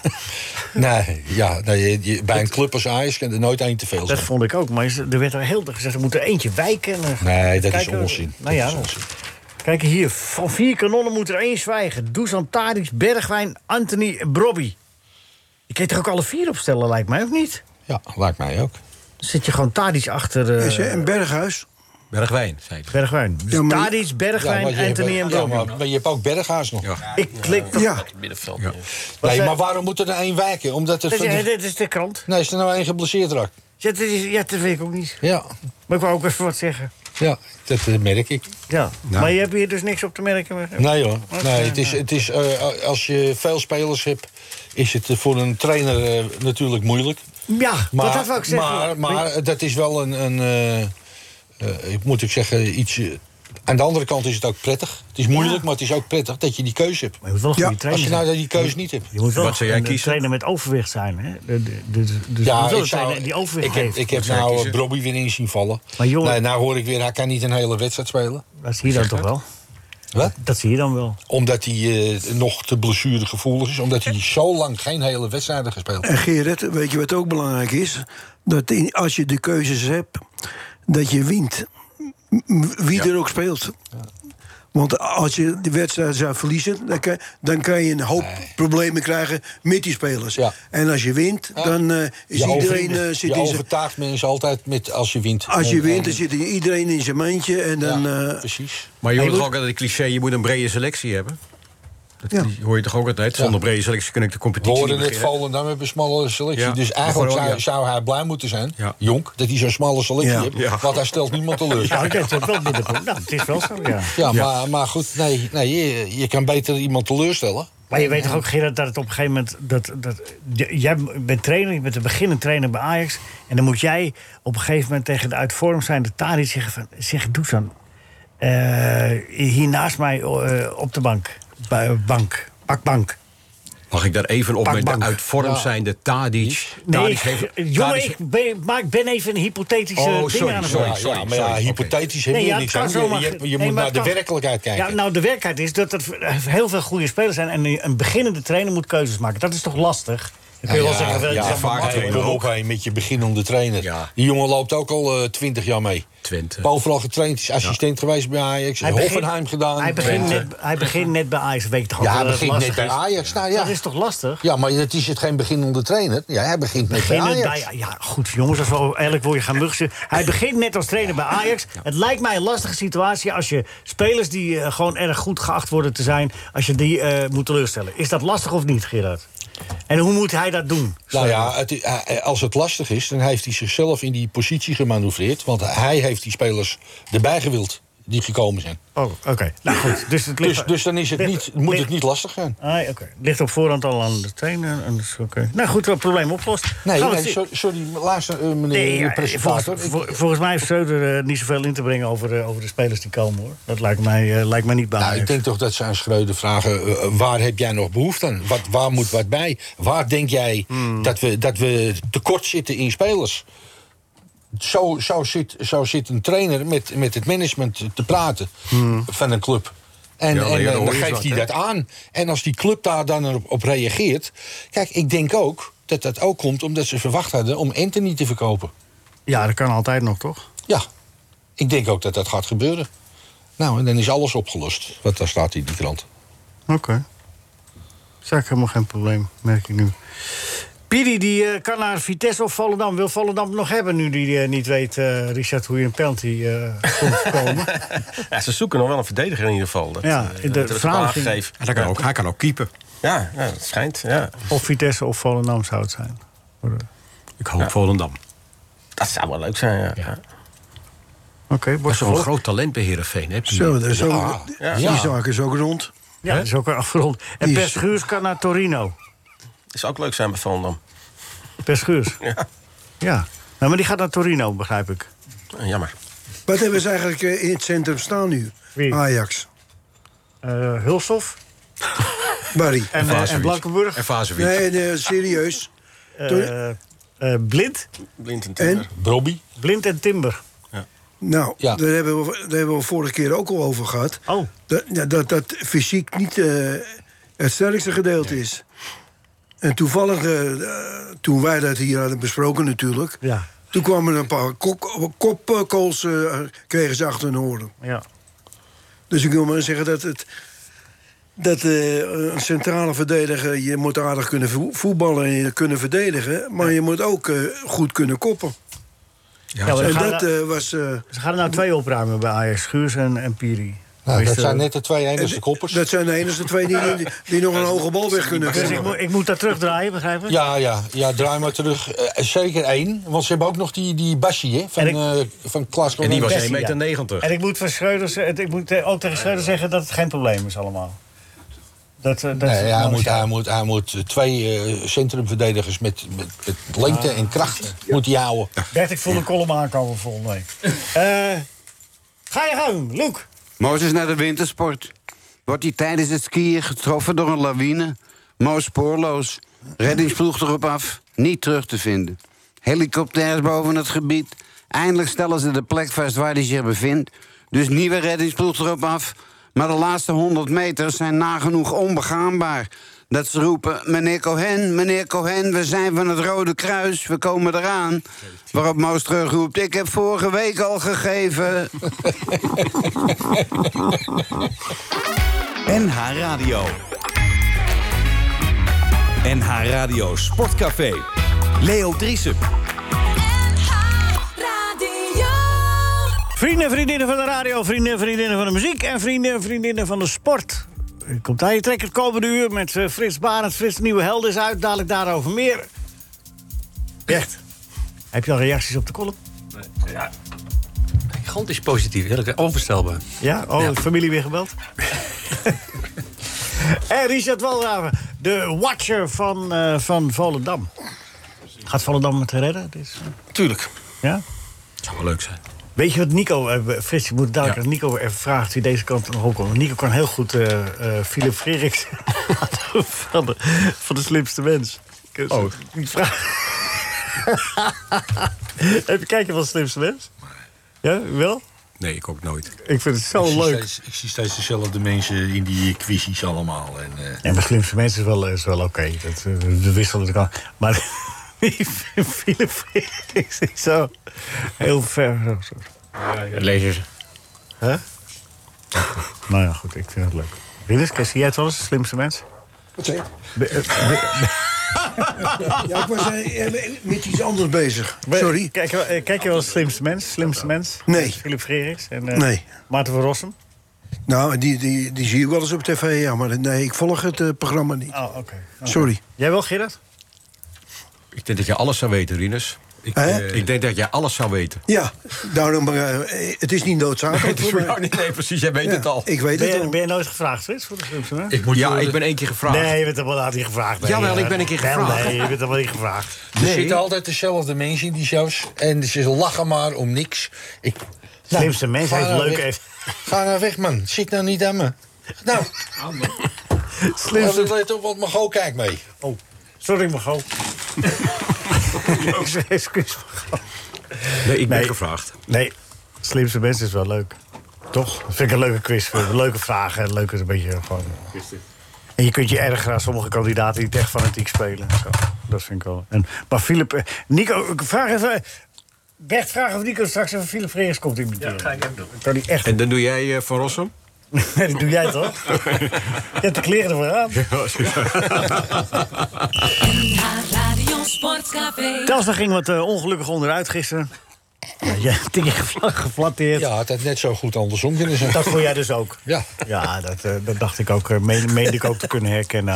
Nee, bij een club als Ajax kan er nooit één te veel zijn. Dat vond ik ook, maar er werd er heel erg gezegd... er moet er eentje wijken. Nee, dat is onzin. Nou ja, kijk hier, van 4 kanonnen moet er 1 zwijgen. Dusan Tadic, Bergwijn, Anthony en Brobby. Je kan je toch ook alle 4 opstellen, lijkt mij, of niet? Ja, lijkt mij ook. Dan zit je gewoon Tadic achter... En Berghuis? Bergwijn, zei ik. Bergwijn. Dus Ja, Tadic, Bergwijn, Anthony en Brobby. Maar je hebt ook Berghuis nog. Ja. Ik klik... Ja. Middenveld. Ja. Nee, maar waarom moet er één wijken? Omdat het... Dit is de krant. Nee, is er nou één geblesseerd raakt? Ja, dat weet ik ook niet. Ja. Maar ik wou ook even wat zeggen. Ja, dat merk ik. Ja, maar je hebt hier dus niks op te merken? Nee hoor. Nee, het is, als je veel spelers hebt, is het voor een trainer natuurlijk moeilijk. Ja, dat wou ik zeggen. Maar dat is wel moet ik zeggen, iets... aan de andere kant is het ook prettig. Het is moeilijk, maar het is ook prettig dat je die keuze hebt. Maar je moet wel een goede trainer als je nou die keuze niet hebt. Je moet wel Wat zou jij een kiezen? trainer met overwicht zijn. Hè? Dus Ja, een trainer die overwicht heeft. Ik heb nou Brobby weer in zien vallen. Maar jongen, Nee, nou hoor ik weer, hij kan niet een hele wedstrijd spelen. dat zie je dan toch wel? Wat? Dat zie je dan wel. Omdat hij nog te blessuregevoelig is. Omdat hij zo lang geen hele wedstrijden gespeeld heeft. En Gerrit, weet je wat ook belangrijk is? Dat als je de keuzes hebt, dat je wint. Wie er ook speelt. Want als je de wedstrijd zou verliezen, dan kan je een hoop problemen krijgen met die spelers. Ja. En als je wint, dan is iedereen... Je overtuigt mensen altijd met als je wint. Als je wint, dan zit iedereen in zijn mandje. En dan, precies. Maar je hoort toch ook altijd het cliché, je moet een brede selectie hebben? Dat hoor je toch ook altijd? Zonder brede selectie kun ik de competitie We niet hoorden net beginnen. Volendam hebben een smalle selectie. Ja. Dus eigenlijk Gewoon, zou hij blij moeten zijn, Ja. Jonk, dat hij zo'n smalle selectie Ja. heeft. Ja. Want hij stelt niemand teleur. Ja, ik denk dat wel middenpunt. Nou, het is wel zo, ja. Ja, maar goed, nee, je kan beter iemand teleurstellen. Maar je weet toch ook, Gerard, dat het op een gegeven moment... jij bent trainer, je bent een beginnend trainer bij Ajax... en dan moet jij op een gegeven moment tegen de uit vorm zijnde Tadic zeggen van... zeg, Dusan, hier naast mij op de bakbank. Mag ik daar even op met de Pakbank. uit vorm zijnde Tadic? Nee, Tadic jongen, Tadic ik ben even een hypothetische ding aan het doen. sorry. Hypothetisch heb Nee, je ja, niks het kan aan. zomaar- Je nee, moet maar naar de het kan- werkelijkheid kijken. Ja, nou, de werkelijkheid is dat er heel veel goede spelers zijn... en een beginnende trainer moet keuzes maken. Dat is toch lastig? Dan kun je wel zeggen... trainer kom op heen met je beginnende trainer. Ja. Die jongen loopt ook al 20 jaar mee. Twente. Overal getraind, is assistent geweest bij Ajax. Hoffenheim gedaan. Hij begint net bij Ajax, weet je toch ook Ja, wel hij dat het begint net lastig bij is? Ajax. Nou, ja. Dat is toch lastig? Ja, maar het is het geen beginnende trainer. Ja, hij begint net bij Beginnen Ajax. bij, ja, goed, jongens, als we eigenlijk wil je gaan muggen. Hij begint net als trainer bij Ajax. Het lijkt mij een lastige situatie als je spelers die gewoon erg goed geacht worden te zijn... als je die moet teleurstellen. Is dat lastig of niet, Gerard? En hoe moet hij dat doen? Nou ja, als het lastig is, dan heeft hij zichzelf in die positie gemanoeuvreerd. Want hij heeft die spelers erbij gewild die gekomen zijn. Oh, oké. Nou goed, dus het ligt... Dus dan is het moet het niet lastig zijn. Oké. Ligt op voorhand al aan de trainer. En dus, oké. Nou goed, het probleem opgelost. Nee, Gaan we het zien. sorry, luister, meneer de presentator. Volgens mij heeft Schreuder niet zoveel in te brengen over de spelers die komen, hoor. Dat lijkt mij niet bij. Nou, ik denk toch dat ze aan Schreuder vragen... waar heb jij nog behoefte aan? Waar moet wat bij? Waar denk jij dat we tekort zitten in spelers? Zo zit een trainer met het management te praten van een club. En dan geeft hij dat aan. En als die club daar dan op reageert... Kijk, ik denk ook dat dat ook komt omdat ze verwacht hadden... om Anthony te verkopen. Ja, dat kan altijd nog, toch? Ja, ik denk ook dat dat gaat gebeuren. Nou, en dan is alles opgelost. Wat daar staat in die krant. Oké. Dat is eigenlijk helemaal geen probleem, merk ik nu. Piri die kan naar Vitesse of Volendam. Wil Volendam nog hebben nu die niet weet, Richard, hoe je een penalty komt voorkomen? Ja, ze zoeken nog wel een verdediger in ieder geval. Dat, Ja, in de dat is vergadering- aangegeven. Hij kan ook keeper. Ja, dat schijnt. Ja. Of Vitesse of Volendam zou het zijn. Ik hoop Volendam. Dat zou wel leuk zijn, ja. Oké, Dat wordt is wel een vervolgd. groot talent bij Heerenveen. Hè? Zo, dat is ook, Ja. die zaak is ook rond. Ja, dat is ook afgerond. En Die is- Per Schuurs kan naar Torino. Dat zou ook leuk zijn bij Volendam. Per Schuurs. Ja. Ja. Nou, maar die gaat naar Torino, begrijp ik. Jammer. Wat hebben ze eigenlijk in het centrum staan nu? Wie? Ajax. Hulshoff Barry. en Blankenburg. En Vazewiet. Nee, serieus. Blind. Blind en Timber. Brobby? Blind en Timber. Nou, Ja. daar hebben we vorige keer ook al over gehad. Oh. Dat fysiek het sterkste gedeelte is. En toevallig, toen wij dat hier hadden besproken natuurlijk... Ja. Toen kwamen er een paar kopkools kregen ze achter hun oren. Ja. Dus ik wil maar zeggen dat een centrale verdediger... je moet aardig kunnen voetballen en je kunnen verdedigen... maar je moet ook goed kunnen koppen. Ja, en dat was... Ze gaan er nou 2 opruimen bij Ajax, Schuurs en Piri. Nou, dat zijn net de 2 enigste koppers. Dat zijn de enige 2 die nog een hoge bal weg kunnen Dus komen. ik moet dat terugdraaien, begrijp je? Ja, draai maar terug. Zeker 1. Want ze hebben ook nog die Bassi, hè, van Klaas. En die was 1,90 Bessie, meter. En ik moet van Schreuder, ik moet ook tegen Schreuder zeggen dat het geen probleem is allemaal. Hij moet 2 centrumverdedigers met lengte en kracht moet hij houden. Bert, ik voel een column aankomen volgende week. Ga je gang, Luc. Mozes naar de wintersport. Wordt hij tijdens het skiën getroffen door een lawine? Mo spoorloos. Reddingsploeg erop af. Niet terug te vinden. Helikopters boven het gebied. Eindelijk stellen ze de plek vast waar hij zich bevindt. Dus nieuwe reddingsploeg erop af. Maar de laatste 100 meter zijn nagenoeg onbegaanbaar. Dat ze roepen, meneer Cohen, we zijn van het Rode Kruis, we komen eraan. Waarop Moos terugroept, ik heb vorige week al gegeven. NH Radio. NH Radio Sportcafé. Leo Driessen. Vrienden en vriendinnen van de radio, vrienden en vriendinnen van de muziek... en vrienden en vriendinnen van de sport. Komt aan je trek het komende uur met Frits Barend. Frits, de nieuwe held is uit, dadelijk daarover meer. Echt. Heb je al reacties op de column? Nee, ja. Gigantisch positief, eerlijk, onvoorstelbaar. Ja? Oh, de familie weer gebeld? En Richard Walraven, de watcher van Volendam. Gaat Volendam het redden? Tuurlijk. Ja? Dat zou wel leuk zijn. Weet je wat Nico... Frits, je moet dadelijk als Nico even vraagt wie deze kant nog opkomt. Nico kan heel goed Philip Frerichs van de slimste mens. Oh. Die vraag... Heb je kijken van de slimste mens? Ja, wel? Nee, ik ook nooit. Ik vind het zo leuk. Ik zie steeds dezelfde mensen in die quizjes allemaal. Ja, maar slimste mensen is wel oké. Dat wisselen kan. Maar Philip Frerichs is zo heel ver. Lezen ze. Huh? Nou ja, goed, ik vind het leuk. Rinus, zie jij het wel eens, de slimste mens? Wat zeg je? Ja, ik was met iets anders bezig. Sorry. Kijk je wel eens slimste mens? Nee. Philip Frerichs en nee. Maarten van Rossum? Nou, die zie ik wel eens op tv, ja. Maar nee, ik volg het programma niet. Oh, oké. Sorry. Jij wel, Gerard? Ik denk dat je alles zou weten, Rinus. Ik denk dat jij alles zou weten. Ja, daarom, het is niet noodzakelijk voor mij. Nee, precies, jij weet het al. Ik weet het al. Ben je nooit gevraagd, Frits, voor de slimste mens? Ik ben 1 keer gevraagd. Nee, je bent helemaal niet gevraagd. Nee, Jawel, ik ben een keer gevraagd. Nee, je bent helemaal niet gevraagd. Er zitten altijd dezelfde mensen in die shows. En ze lachen maar om niks. Slimste mens heeft leuk... Ga nou weg, man. Zit nou niet aan me. Nou. Slimste... Let op, want Margot kijkt mee. Oh, sorry, Margot. Excuus, Margot. Nee, ik ben gevraagd. Nee, slimste mens is wel leuk. Toch? Dat vind ik een leuke quiz. Leuke vragen. En leuke is een beetje gewoon... En je kunt je ergeren aan sommige kandidaten die het echt fanatiek spelen. En zo. Dat vind ik wel. Maar Philip... Nico, vraag even... Bert, vraag of Nico straks even Philip Frerichs komt imiteren. Ja, ga ik even doen. Kan die echt... En dan doe jij Van Rossum? Nee, dat doe jij toch? Je hebt de kleren ervoor aan. Radio Sportcafé. Telstar ging wat ongelukkig onderuit gisteren. Ja, dingen geflatteerd. Ja, het had net zo goed andersom kunnen zijn. Dat vond jij dus ook? Ja. Ja, dat dacht ik ook. Meende ik ook te kunnen herkennen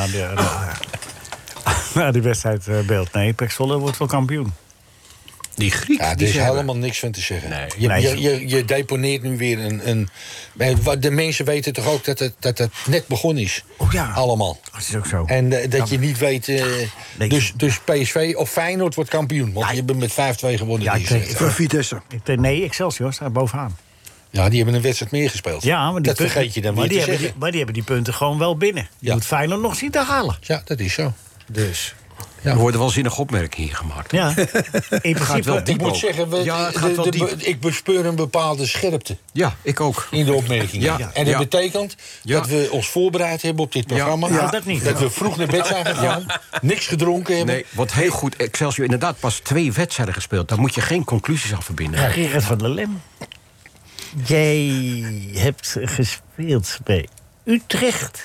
aan die wedstrijdbeeld. Nee, PEC Zwolle wordt wel kampioen. Die Griek. Ja, er is helemaal niks van te zeggen. Nee. Je deponeert nu weer een... De mensen weten toch ook dat het net begonnen is. Oh ja. Allemaal. Dat is ook zo. En dat je niet weet... Dus PSV of Feyenoord wordt kampioen. Want die hebben met 5-2 gewonnen. Ja, Voor Vitesse. Nee, Excelsior staat bovenaan. Ja, die hebben een wedstrijd meer gespeeld. Ja, maar dat vergeet je dan weer te zeggen. Maar die hebben die punten gewoon wel binnen. Je moet Feyenoord nog zien te halen. Ja, dat is zo. Dus... Er worden wel zinnige opmerkingen hier gemaakt. Ja, in Gaat principe. wel diep Ik moet ook. zeggen, Ja, het gaat wel diep. ik bespeur een bepaalde scherpte Ja, ik ook. in de opmerkingen. Ja. En dat Ja. betekent Ja. dat we ons voorbereid hebben op dit programma. Ja, dat niet. Dat we vroeg naar bed zijn gegaan, niks gedronken hebben. Nee, wat heel goed. Excelsior inderdaad pas 2 wedstrijden gespeeld. Daar moet je geen conclusies aan verbinden. Ja, Gerard van der Lem. Jij hebt gespeeld bij Utrecht.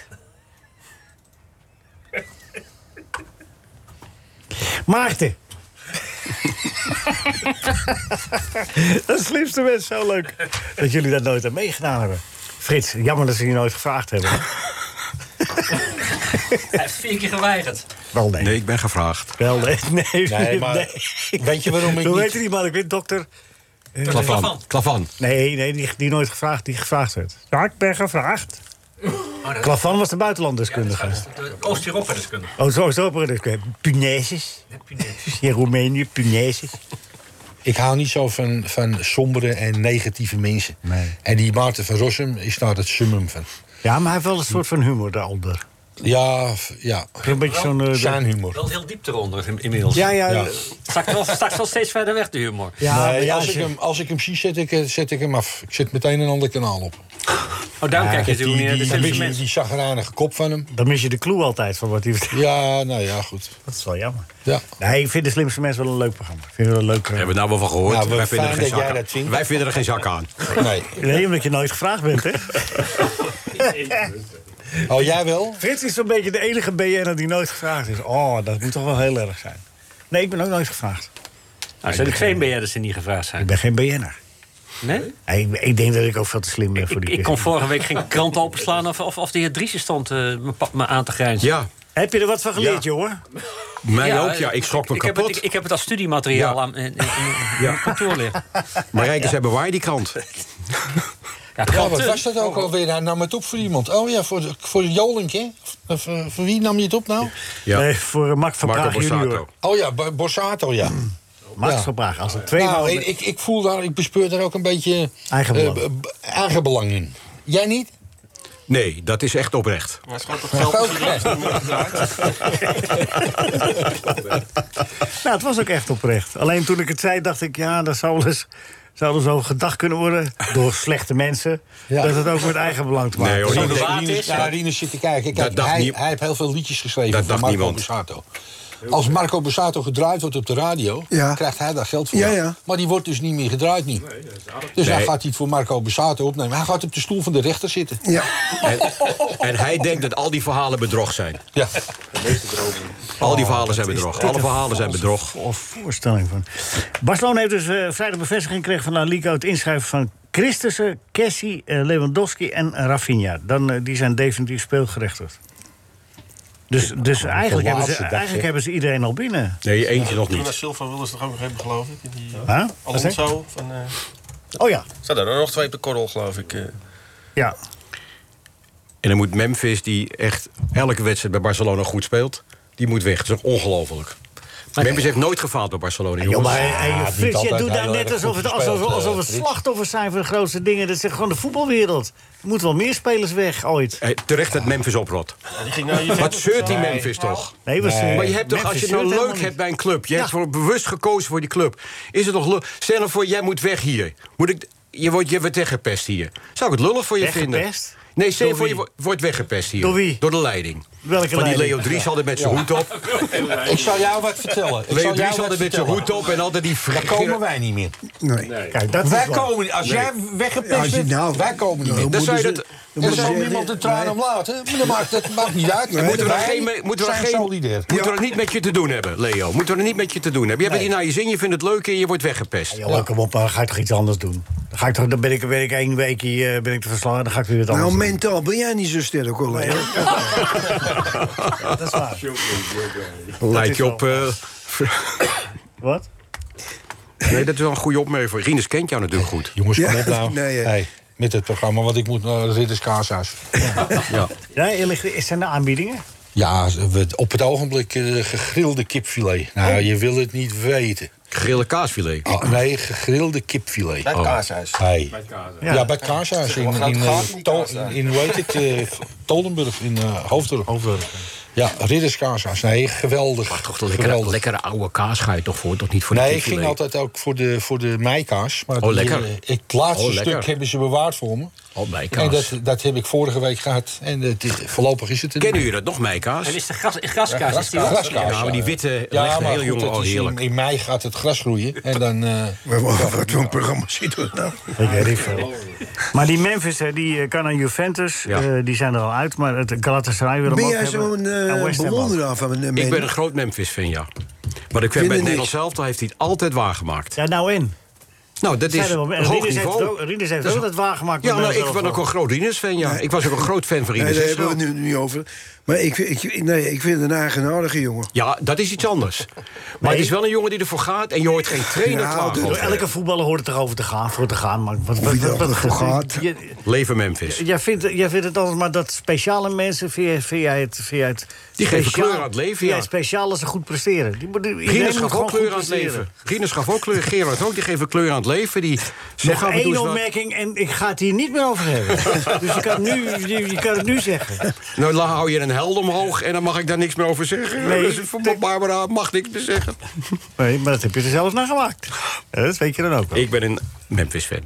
Maarten. Dat slimste mens, zo leuk. Dat jullie dat nooit aan meegedaan hebben. Frits, jammer dat ze je nooit gevraagd hebben. Hij heeft 4 keer geweigerd. Wel nee. Nee, ik ben gevraagd. Wel nee. Nee, maar weet je waarom ik Hoe niet... heet die man? Ik weet dokter. Klavan. Nee, die nooit gevraagd, die gevraagd werd. Ja, ik ben gevraagd. Klavan was de buitenlanddeskundige. Oost-Europa-deskundige. Oh, zo is het ook. Punaises. In Roemenië, punaises. Ik hou niet zo van sombere en negatieve mensen. Nee. En die Maarten van Rossum is daar het summum van. Ja, maar hij heeft wel een soort van humor daaronder. Ja. Een beetje zo'n... Zijn humor. Wel heel diep eronder inmiddels. Ja. Straks wel steeds verder weg, de humor. Ja, Nee, maar als ik hem zie, zet ik hem af. Ik zet meteen een ander kanaal op. Oh, daarom kijk je natuurlijk Die, niet naar de slimste die mensen. chagrijnige kop van hem. Dan mis je de clue altijd van wat hij vertelt. Ja, nou ja, goed. Dat is wel jammer. Ja. Nee, ik vind de slimste mensen wel een leuk programma. Ik vind het wel een leuk... Hebben we nou wel van gehoord? Nou, Wij vinden er fijn geen dat jij zak aan. dat vindt. Wij vinden er geen zak aan. Nee. Nee, omdat je nooit gevraagd bent, hè? Oh, jij wel? Frits is zo'n beetje de enige BN'er die nooit gevraagd is. Oh, dat moet toch wel heel erg zijn. Nee, ik ben ook nooit gevraagd. Nou, zijn er 2 BN'ers die niet gevraagd Ik zijn? ben geen BN'er. Nee? Ik denk dat ik ook veel te slim ben voor die Ik kon vorige week geen krant openslaan of de heer Driessen stond me aan te grijnzen. Ja, Heb je er wat van geleerd, Ja. jongen? mij ook. Ja, ik schrok me kapot. Ik heb het als studiemateriaal Ja. in mijn kantoor liggen. Marijke zei, bewaar je die krant. Ja, Ja, kranten. wat was dat ook alweer? Hij nam het op voor iemand. Oh ja, voor Jolink, hè? Of, voor wie nam je het op nou? Ja. Nee, voor Max van Marco Praag junior. Borsato. Oh ja, Borsato, ja. Max Ja. van Praag. Als er 2 Nou, maanden... ik voel daar, ik bespeur daar ook een beetje Eigenbelang. eigenbelang in. Jij niet? Nee, dat is echt oprecht. Maar het gaat toch geld Nou, het was ook echt oprecht. Alleen toen ik het zei, dacht ik... ja, dat zou wel eens... zou er zo gedacht kunnen worden door slechte mensen... Ja. dat het ook met eigen belang te maken Nee, hoor, heeft. niet. Rinus zit te kijken. Kijk, Dat dacht hij niet- heeft heel veel liedjes geschreven Dat voor dacht Marco niemand. Borsato. Als Marco Borsato gedraaid wordt op de radio, Ja. krijgt hij daar geld voor. Ja, ja. Maar die wordt dus niet meer gedraaid nu. Dus hij Nee. gaat niet voor Marco Borsato opnemen. Hij gaat op de stoel van de rechter zitten. Ja. En hij denkt dat al die verhalen bedrog zijn. Ja. Al die verhalen zijn bedrog. Alle verhalen zijn bedrog. Of voorstelling van. Barcelona heeft dus vrijdag bevestiging gekregen van La Liga... het inschrijven van Christensen, Kessie, Lewandowski en Rafinha. Die zijn definitief speelgerechtigd. Dus eigenlijk hebben ze iedereen al binnen. Nee, eentje nog Jonas niet. Silva wilde ze toch ook nog hebben, geloof ik? Die, Huh? Wat zeg je? Alonso. Van, Oh ja, zaten er nog 2 op de korrel, geloof ik. ja. En dan moet Memphis, die echt elke wedstrijd bij Barcelona goed speelt... die moet weg. Dat is ook ongelooflijk. Memphis heeft nooit gefaald bij Barcelona, Jo, jongens. maar niet Frits, je altijd doet daar heel net erg alsof goed het, gespeeld, alsof het Frits. slachtoffers zijn van de grootste dingen. Dat is gewoon de voetbalwereld. Er moeten wel meer spelers weg ooit. Terecht dat Memphis oprot. die ging naar Wat zeurt die Memphis toch? Nee, Maar je hebt toch, als je het nou leuk hebt bij een club... je hebt voor bewust gekozen voor die club... is het toch leuk? Stel nou voor, jij moet weg hier. Je wordt weggepest hier. Zou ik het lullig voor je vinden? Weggepest? Nee, stel je Door voor, je wordt weggepest hier. Door wie? Door de leiding. Welke Van die leiding? Leo Dries altijd met zijn hoed op. Ik zal jou wat vertellen. Leo Dries altijd met zijn hoed op en altijd die... Daar komen wij niet meer. Nee. Kijk, dat Wij is wel- komen, als jij weggepest Als je bent, nou- wij komen niet meer. Dan Dan zou je moeten dat... ze- Er moeten zal ze- niemand een traan nee. om laten. Maar dat maakt niet uit. Moeten we er Wij geen... Moeten we er zijn geen... solidair. Moeten we er niet met je te doen hebben, Leo? Moeten we er niet met je te doen hebben? Je hebt het hier naar je zin, je vindt het leuk en je wordt weggepest. Ja, kom op, dan ga ik toch iets anders doen. Dan ben ik 1 weekje ben ik te verslagen, dan ga ik weer wat anders Nou, doen. mentaal ben jij niet zo sterk, hoor, Leo. Dat is waar. Lijkt je op... Wat? Nee, dat is wel een goede opmerking voor. Rinus kent jou natuurlijk goed. Jongens, kom Ja, op nou. nee, Hey, met het programma, want ik moet naar het Ridders Kaashuis. Ja. Ja, zijn er aanbiedingen? Ja, op het ogenblik gegrilde kipfilet. Nou, je wil het niet weten. Gegrilde kaasfilet. Oh, nee, gegrilde kipfilet. Bij het kaashuis. Hey. Ja. Ja, bij het Kaashuis. In hoe heet het? Tolenburg, in Hoofddorp. Ja, ridderskaashaas. Nee, geweldig. Maar toch een lekkere oude kaas ga je toch voor? Toch niet voor de Nee, ik kikfilet? ging altijd ook voor de meikaas. Maar lekker. Het laatste lekker. stuk hebben ze bewaard voor me. Meikaas. En dat heb ik vorige week gehad. En voorlopig is het er. Kennen jullie dat nog, meikaas? En is de graskaas? Is die ook? Graskaas, Ja, maar die witte ligt heel jong al heerlijk. In mei gaat het gras groeien. En dan... Wat voor een programma ziet u nou? Ik weet niet veel. Maar die Memphis, die kan naar Juventus. Ja. Die zijn er al uit. Maar het Galatasaray wil hem Ben ook jij hebben. zo'n En West Ham ook. bewonderaar van een Ik ben een groot Memphis-fan, ja. Maar ik vind bij het Nederlands zelf, heeft hij het altijd waargemaakt. Ja, nou in. Nou, dat is een hoog niveau. Rinus heeft ook het waargemaakt. Ja, nou, ik ben ook een groot Rinus-fan, ja. Ik was ook een groot fan van Nee, Rinus. daar hebben we het nu niet over. Maar ik vind het een eigenaardige jongen. Ja, dat is iets anders. Maar het is wel een jongen die ervoor gaat en je hoort geen trainer klagen over hem. Elke voetballer hoort het erover te gaan. Maar Of hij ervoor gaat. Leven Memphis. Jij vindt het altijd maar dat speciale mensen... Vind jij het Die geven speciaal- kleur aan het leven, Vind jij ja. het speciaal als ze goed presteren? Rinus gaf ook kleur aan het leven. Rinus gaf ook kleur. Gerard ook, die geven kleur aan het leven. Die Nog af en toe één eens wat- opmerking en ik ga het hier niet meer over hebben. Dus je kan het nu zeggen. Nou, dan hou je een held omhoog en dan mag ik daar niks meer over zeggen. Nee, Dus voor Barbara mag niks meer zeggen. Nee, maar dat heb je er zelf naar gemaakt. Ja, dat weet je dan ook wel. Ik ben een Memphis-fan.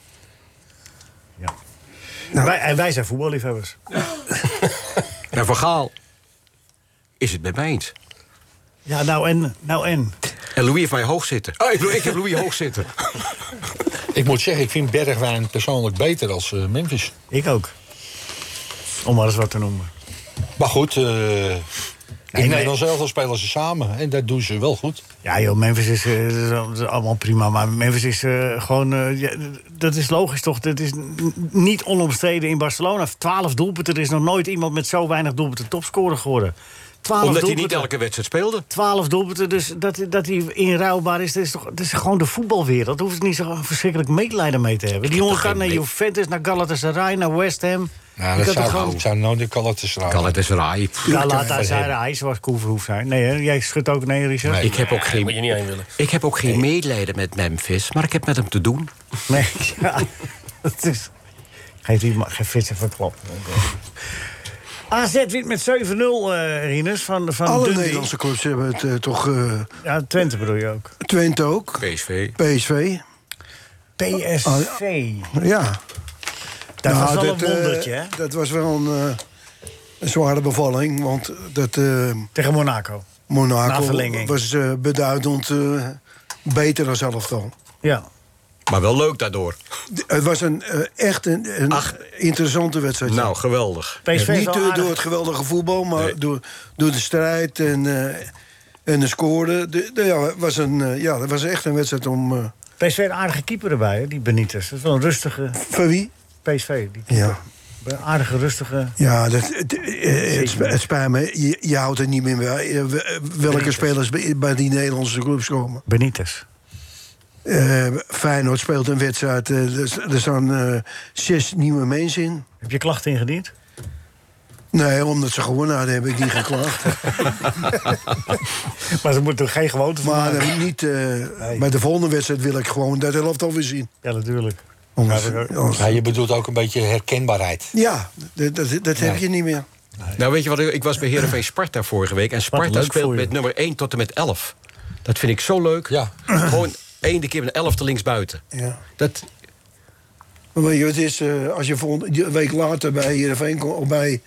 Wij zijn voetballiefhebbers. En Van Gaal is het met mij eens. Ja, nou en. En Louis heeft mij hoog zitten. Oh, ik heb Louis hoog zitten. Ik moet zeggen, ik vind Bergwijn persoonlijk beter als Memphis. Ik ook. Om maar eens wat te noemen. Maar goed, in nee. Nederland zelf spelen ze samen. En dat doen ze wel goed. Ja joh, Memphis is allemaal prima. Maar Memphis is gewoon... dat is logisch toch? Dat is niet onomstreden in Barcelona. 12 doelpunten. Er is nog nooit iemand met zo weinig doelpunten topscorer geworden. 12 Omdat hij doelpunten. niet elke wedstrijd speelde. 12 doelpunten, dus dat hij inruilbaar is, dat is gewoon de voetbalwereld. Daar hoeft het niet zo verschrikkelijk medelijden mee te hebben. Die jongen kan naar Juventus, naar Galatasaray, naar West Ham. Nou, dat zou nooit de Galatasaray. Galatasaray. Galatasaray, zoals Koeverhoef zijn. Nee, hè? Jij schudt ook nee, Richard? Nee. Ik heb ook Moet je geen, niet heen willen. ik heb ook geen medelijden met Memphis, maar ik heb met hem te doen. Nee, ja. Dat is... Geef Fitz even een klap. AZ wint met 7-0, Rinus, van Alle Dundee. Nederlandse clubs hebben het toch... Ja, Twente bedoel je ook. Twente ook. PSV. PSV. PSV. Ja. Dat Nou, was wel een wondertje, hè? Dat was wel een zware bevalling. Want dat Tegen Monaco. Na Monaco verlenging. was beduidend beter dan elftal. Ja. Maar wel leuk daardoor. Het was echt een interessante wedstrijd. Nou, geweldig. PSV is Niet wel aardig. door het geweldige voetbal, maar Nee. door de strijd en de score. Dat was echt een wedstrijd om... PSV een aardige keeper erbij, hè? Die Benitez. Dat is wel een rustige Van wie? PSV. Die keeper. Ja. Een aardige, rustige... Ja, het spijt me. Je houdt er niet meer bij. Welke spelers bij die Nederlandse clubs komen. Benitez. Feyenoord speelt een wedstrijd. Er staan 6 nieuwe mensen in. Heb je klachten ingediend? Nee, omdat ze gewonnen hadden, heb ik niet geklaagd. Maar ze moeten er geen gewoonte van Maar maken. niet, bij de volgende wedstrijd wil ik gewoon dat elftal weer zien. Ja, natuurlijk. Anders, Ja, je bedoelt ook een beetje herkenbaarheid. ja, dat heb je niet meer. Nou, weet je wat? Ik was bij Heerenveen Sparta vorige week. En Sparta leuk speelt voor je. met nummer 1 tot en met 11. Dat vind ik zo leuk. Ja. Gewoon 1 keer met 11 linksbuiten. Ja. Dat, Maar weet je, het is, als je een week later bij Heerenveen komt, of bij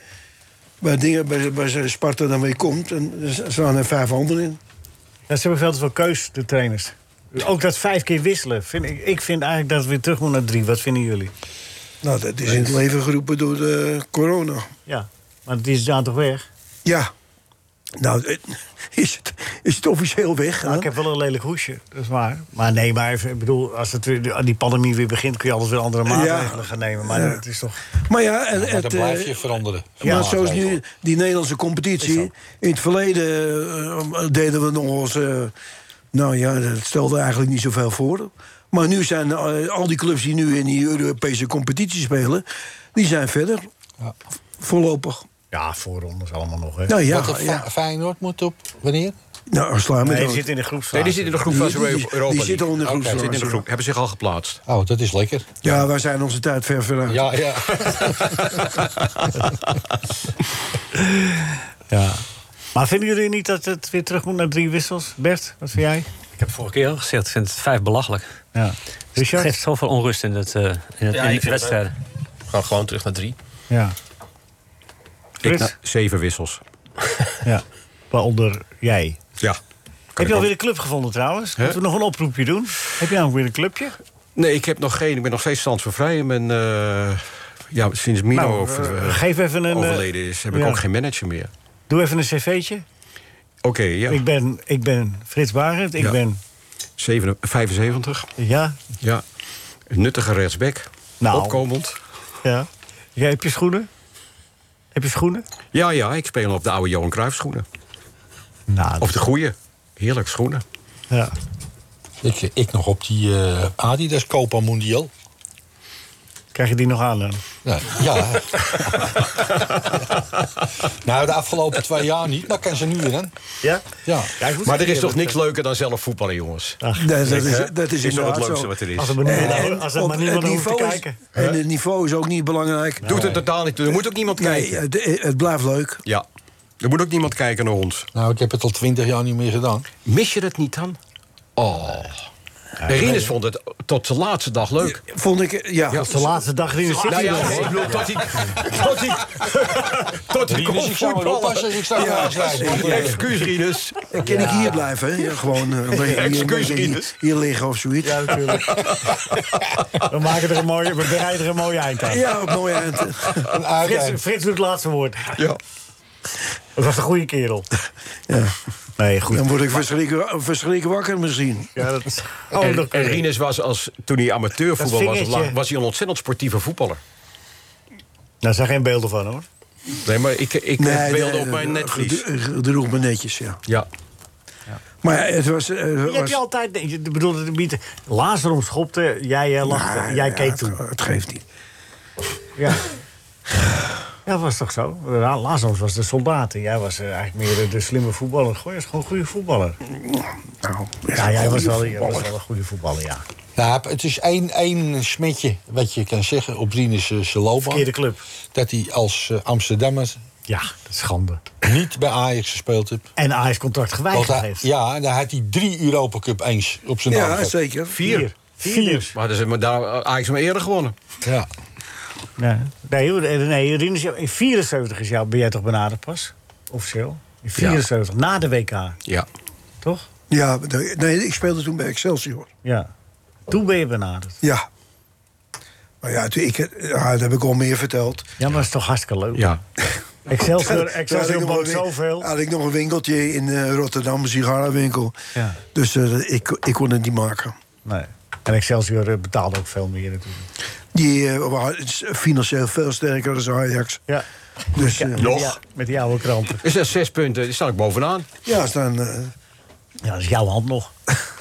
Sparta dan weer komt, en er staan er 5 anderen in. Ja, ze hebben veel te veel keus, de trainers. Ook dat 5 keer wisselen. Ik vind eigenlijk dat we weer terug moeten naar 3. Wat vinden jullie? Nou, dat is in het leven geroepen door de corona. Ja, maar het is daar toch weg? Ja. Nou, is het officieel weg? Nou, ik heb wel een lelijk hoesje, dat is waar. Maar nee, maar even, ik bedoel, als die pandemie weer begint, kun je altijd weer andere maatregelen gaan nemen. Maar het is toch... Maar ja, Maar dan blijf je veranderen. maar zoals nu die Nederlandse competitie. In het verleden deden we nog eens... nou ja, dat stelde eigenlijk niet zoveel voor. Maar nu zijn al die clubs die nu in die Europese competitie spelen... die zijn verder. Ja. Voorlopig. Ja, voorrondes allemaal nog, hè? Nou ja, Wat de ja. Feyenoord moet op wanneer? Nou, sla me Nee, dood. die zit in de groepsfase. nee, die zit in de groepfase Die- Europa die League. zit al in de groepsfase. Zit in de groep. Hebben zich al geplaatst. Oh, dat is lekker. Ja, wij zijn onze tijd ver vooruit. Ja, ja. Ja. Maar vinden jullie niet dat het weer terug moet naar 3 wissels? Bert, wat vind jij? Ik heb vorige keer al gezegd, ik vind het 5 belachelijk. Ja. Het geeft zoveel onrust in de wedstrijden. We gaan gewoon terug naar 3. Ja. Ik Frits? 7 wissels. Ja. Waaronder jij. Ja. Heb je alweer een club gevonden trouwens? Moeten we nog een oproepje doen? Heb je nou weer een clubje? Nee, ik heb nog geen. Ik ben nog steeds standsvrij. En ben, sinds Mino geef even een, overleden is, heb ik ook geen manager meer. Doe even een cv'tje. Oké, ja. Ik ben Frits Barend. Ik ben 75. Ja. Ja. Een nuttige rechtsback. Nou. Opkomend. Ja. Jij heb je schoenen? Heb je schoenen? Ja, ik speel op de oude Johan Cruijff schoenen. Nou, of de goeie. Heerlijk schoenen. Ja. Ik nog op die Adidas Copa Mundial. Krijg je die nog aan dan? Ja. Nou, de afgelopen 2 jaar niet, maar kan ze nu weer, hè? Ja? Ja. Maar er is toch niks leuker dan zelf voetballen, jongens? Dat is toch het inderdaad leukste zo. wat er is. Als er maar niemand hoeft te kijken. En het niveau is ook niet belangrijk. Doet het totaal niet. Er moet ook niemand kijken. Nee, het blijft leuk. Ja. Er moet ook niemand kijken naar ons. Nou, ik heb het al 20 jaar niet meer gedaan. Mis je het niet dan? Oh. Rinus vond het tot de laatste dag leuk. Vond ik, ja. Tot de laatste dag Rinus zit Nou hier ja, nog. ik bedoel, tot hij kon Ik zou maar voetballen. oppassen als ik sta Excuus, Rinus. Kan ik hier blijven? Hè? Ja, gewoon hier liggen of zoiets. Ja, natuurlijk. We bereiden er een mooie eind aan. Ja, op mooie eind. Frits doet het laatste woord. Ja. Dat was een goede kerel. Ja. Nee, goed. Dan word ik verschrikkelijk wakker misschien. Ja, dat is... En Rinus was, toen hij amateurvoetbal was hij een ontzettend sportieve voetballer. Daar zijn geen beelden van, hoor. Nee, maar ik heb beelden op mijn netvlies. Droeg me netjes, ja. Ja. Maar ja, het was... Heb je altijd... Ik bedoel, Lazarus schopte, jij lachte, jij keek toen. Het geeft niet. Ja. Ja, dat was toch zo? Lazarus was de soldaat en jij was eigenlijk meer de slimme voetballer. Goh, je was gewoon een goede voetballer. Nou, Ja, jij was wel een goede voetballer, ja. Nou, het is één smetje wat je kan zeggen op Rinus' loopbaan. Verkeerde club. Dat hij als Amsterdammer Ja, dat is schande. niet bij Ajax gespeeld heeft. En Ajax contract geweigerd Want hij- heeft. Ja, daar had hij 3 Europa Cup eens op zijn naam ja, gehad. zeker. 4. Maar daar Ajax maar eerder gewonnen. Ja. Nee, Rinus, in 74 ben jij toch benaderd pas? Officieel? In 74, na de WK, Ja. toch? Ja, nee, ik speelde toen bij Excelsior. Ja. Toen ben je benaderd. Ja. Maar ja, dat heb ik al meer verteld. Ja, maar dat is toch hartstikke leuk? Ja. Excelsior bood zoveel. Had ik nog een winkeltje in Rotterdam, een sigarenwinkel. Ja. Dus ik kon het niet maken. Nee. En Excelsior betaalde ook veel meer natuurlijk. Die waren financieel veel sterker dan Ajax. Ja. Dus Nog? Met die oude kranten. Dus dat 6 punten, die sta ik bovenaan. ja, staan. Ja, dat is jouw hand nog.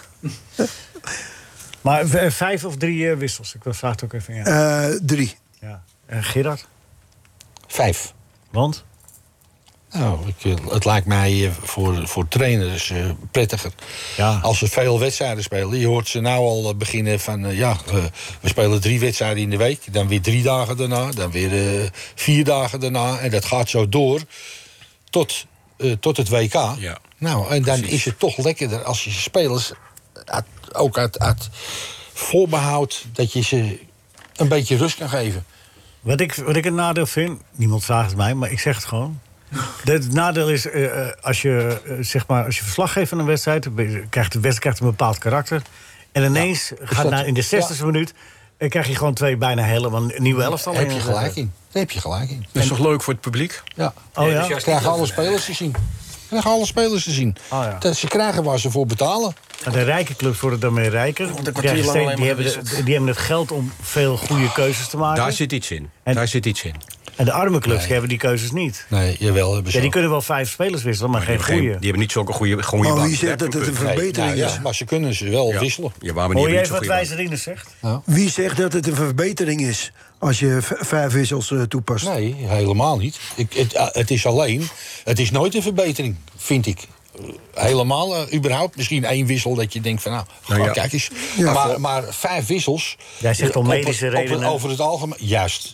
Maar 5 of 3 wissels? Ik vraag het ook even. Ja. 3. Ja. En Gerard? 5. Want? Nou, het lijkt mij voor trainers prettiger. Ja. Als ze veel wedstrijden spelen. Je hoort ze nou al beginnen van... we spelen 3 wedstrijden in de week. Dan weer 3 dagen daarna. Dan weer 4 dagen daarna. En dat gaat zo door tot het WK. Ja. Nou, en dan is het toch lekkerder als je spelers... ook uit voorbehoud dat je ze een beetje rust kan geven. Wat ik een nadeel vind... Niemand vraagt het mij, maar ik zeg het gewoon. Het nadeel is, als je verslag geeft van een wedstrijd... krijgt de wedstrijd een bepaald karakter. En ineens gaat in de 60e minuut... krijg je gewoon 2 bijna helemaal nieuwe elftallen. Daar heb je gelijk in. Daar heb je gelijk in. Dat is toch leuk voor het publiek? Ja. Oh ja? Ze krijgen alle spelers te zien. Oh ja. Dat ze krijgen waar ze voor betalen. En de rijke clubs worden dan meer rijker. Die hebben het geld om veel goede keuzes te maken. Daar zit iets in. En de arme clubs die hebben die keuzes niet. Nee, jawel. Hebben ze Ja, die ook. kunnen wel 5 spelers wisselen, maar geen goede. Die hebben niet zulke goede Maar bank. wie zegt dat het een verbetering Nee, is? maar ze kunnen ze wel wisselen. Ja, maar Hoor niet je even zo wat goede Wijze Rinus zegt? Wie zegt dat het een verbetering is als je 5 wissels toepast? Nee, helemaal niet. Het is nooit een verbetering, vind ik. helemaal, überhaupt. Misschien 1 wissel dat je denkt van, kijk eens. Ja. Maar 5 wissels... Jij zegt om medische redenen. Over het algemeen, juist.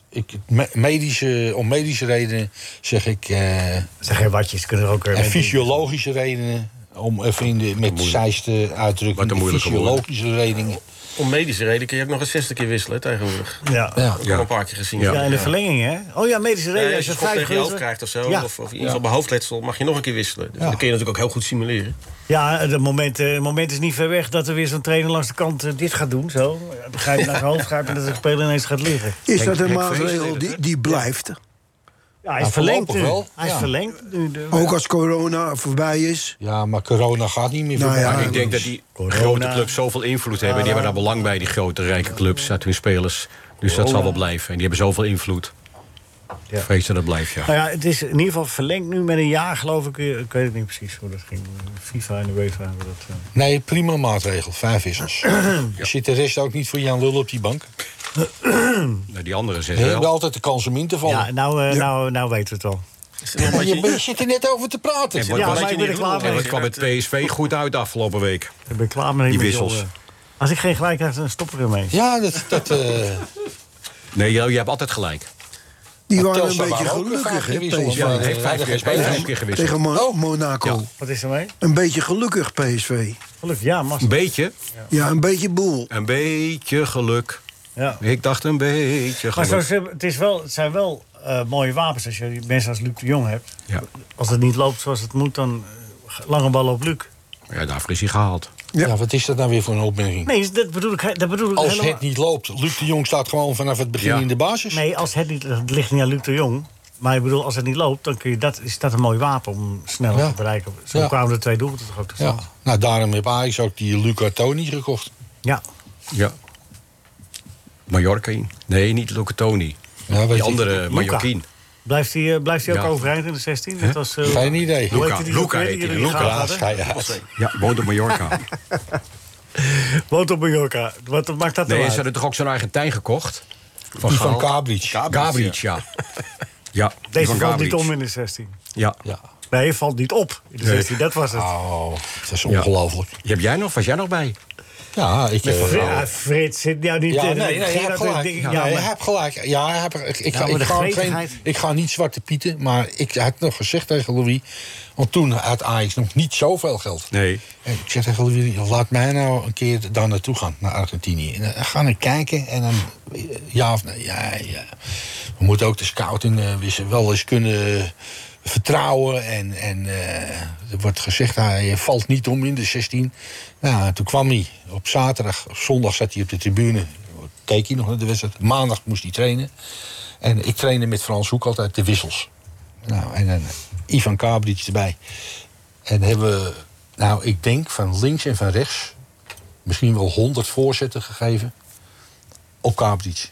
Om medische redenen zeg ik... zeg geen watjes, kunnen er ook... en fysiologische redenen, om even met zijste uitdrukking... fysiologische redenen... Om medische reden kun je ook nog eens 60 keer wisselen tegenwoordig. Ja. Dat heb ik al een paar keer gezien. Ja, in de verlenging, hè? Oh ja, medische reden. Als je schop tegen je hoofd krijgt of zo, of in ieder geval bij hoofdletsel, mag je nog een keer wisselen. Dus dat kun je natuurlijk ook heel goed simuleren. Ja, het moment is niet ver weg dat er weer zo'n trainer langs de kant dit gaat doen. Zo. Dan ga je naar zijn hoofd grijpen en dat de speler ineens gaat liggen. Is dat een maatregel die blijft? Ja, hij is verlengd nu. Wel. Hij is verlengd nu. Ook als corona voorbij is? Ja, maar corona gaat niet meer voorbij. Ja, ik denk dat die grote clubs zoveel invloed hebben. Die hebben daar belang bij, die grote, rijke clubs, uit hun spelers. Dus dat zal wel blijven. En die hebben zoveel invloed. Ja. Vrees dat het blijft, ja. Nou ja, het is in ieder geval verlengd nu met een jaar, geloof ik. Ik weet het niet precies hoe dat ging. FIFA en de UEFA hebben dat... Nee, prima maatregel. 5 wissels. Zit de rest ook niet voor Jan Lul op die bank? Nou, die andere 6 Je hebt wel. altijd de kans om in te vallen. Ja, nou weten we het al. Je zit er net over te praten. En Ja, maar ik ben er klaar mee. het kwam met PSV goed uit de afgelopen week. Ik ben klaar met Die wissels. Als ik geen gelijk heb, dan stop ik ermee. Ja, dat Nee, jij hebt altijd gelijk. Die waren een Telstar beetje waren ook gelukkig, hè, gewisseld. PSV. Ja, hij heeft 5 keer gewisseld. Tegen Monaco. Wat is er mee? Een beetje gelukkig, PSV. Gelukkig, ja, massa. Een beetje. Ja, een beetje boel. Een beetje geluk. Ja. Ik dacht een beetje Maar geluk. het zijn wel mooie wapens als je mensen als Luc de Jong hebt. Ja. Als het niet loopt zoals het moet, dan lange bal op Luc. Ja, daarvoor is hij gehaald. Ja, wat is dat nou weer voor een opmerking? Nee, dat bedoel ik Als helemaal. het niet loopt, Luc de Jong staat gewoon vanaf het begin in de basis. Nee, als het niet, het ligt niet aan Luc de Jong. Maar ik bedoel, als het niet loopt, dan is dat een mooi wapen om sneller te bereiken. Zo kwamen de 2 doelpunten toch ook tot stand. Ja. Nou, daarom heb Ajax ook die Luca Toni gekocht. Ja. Ja. Mallorca. Nee, niet Locatoni. Ja, Die andere Mallorquin. Blijft hij ook Ja. overeind in de 16? Dat was, Geen idee. Luca heet hij. Luca, schei uit. Ja, woont op Mallorca. Woont op Mallorca. Wat maakt dat Nee, nou ze uit? hadden toch ook zo'n Argentijn gekocht? Die van Kabric. Gabric, ja. Ja, die Deze van valt Gabric. niet om in de 16. Ja. Ja. Nee, hij valt niet op in de 16. Dat was het. Oh, dat is ongelooflijk. Was jij nog bij? Ja, ik... Frits zit jou niet... Ja, nee, je hebt gelijk. Ja, je maar- hebt gelijk. Ja, ik ga niet zwarte pieten, maar ik had nog gezegd tegen Louis... want toen had Ajax nog niet zoveel geld. Nee. En ik zeg tegen Louis, laat mij nou een keer daar naartoe gaan, naar Argentinië. En dan gaan we kijken en dan... Ja of nee, ja. We moeten ook de scouting wel eens kunnen vertrouwen. En er wordt gezegd, hij valt niet om in de 16. Nou, toen kwam hij op zaterdag. Op zondag zat hij op de tribune. Keek hij nog naar de wedstrijd. Maandag moest hij trainen. En ik trainde met Frans Hoek altijd de wissels. Nou, en dan Ivan Kabric erbij. En hebben we, nou, ik denk van links en van rechts... misschien wel 100 voorzetten gegeven op Kabric.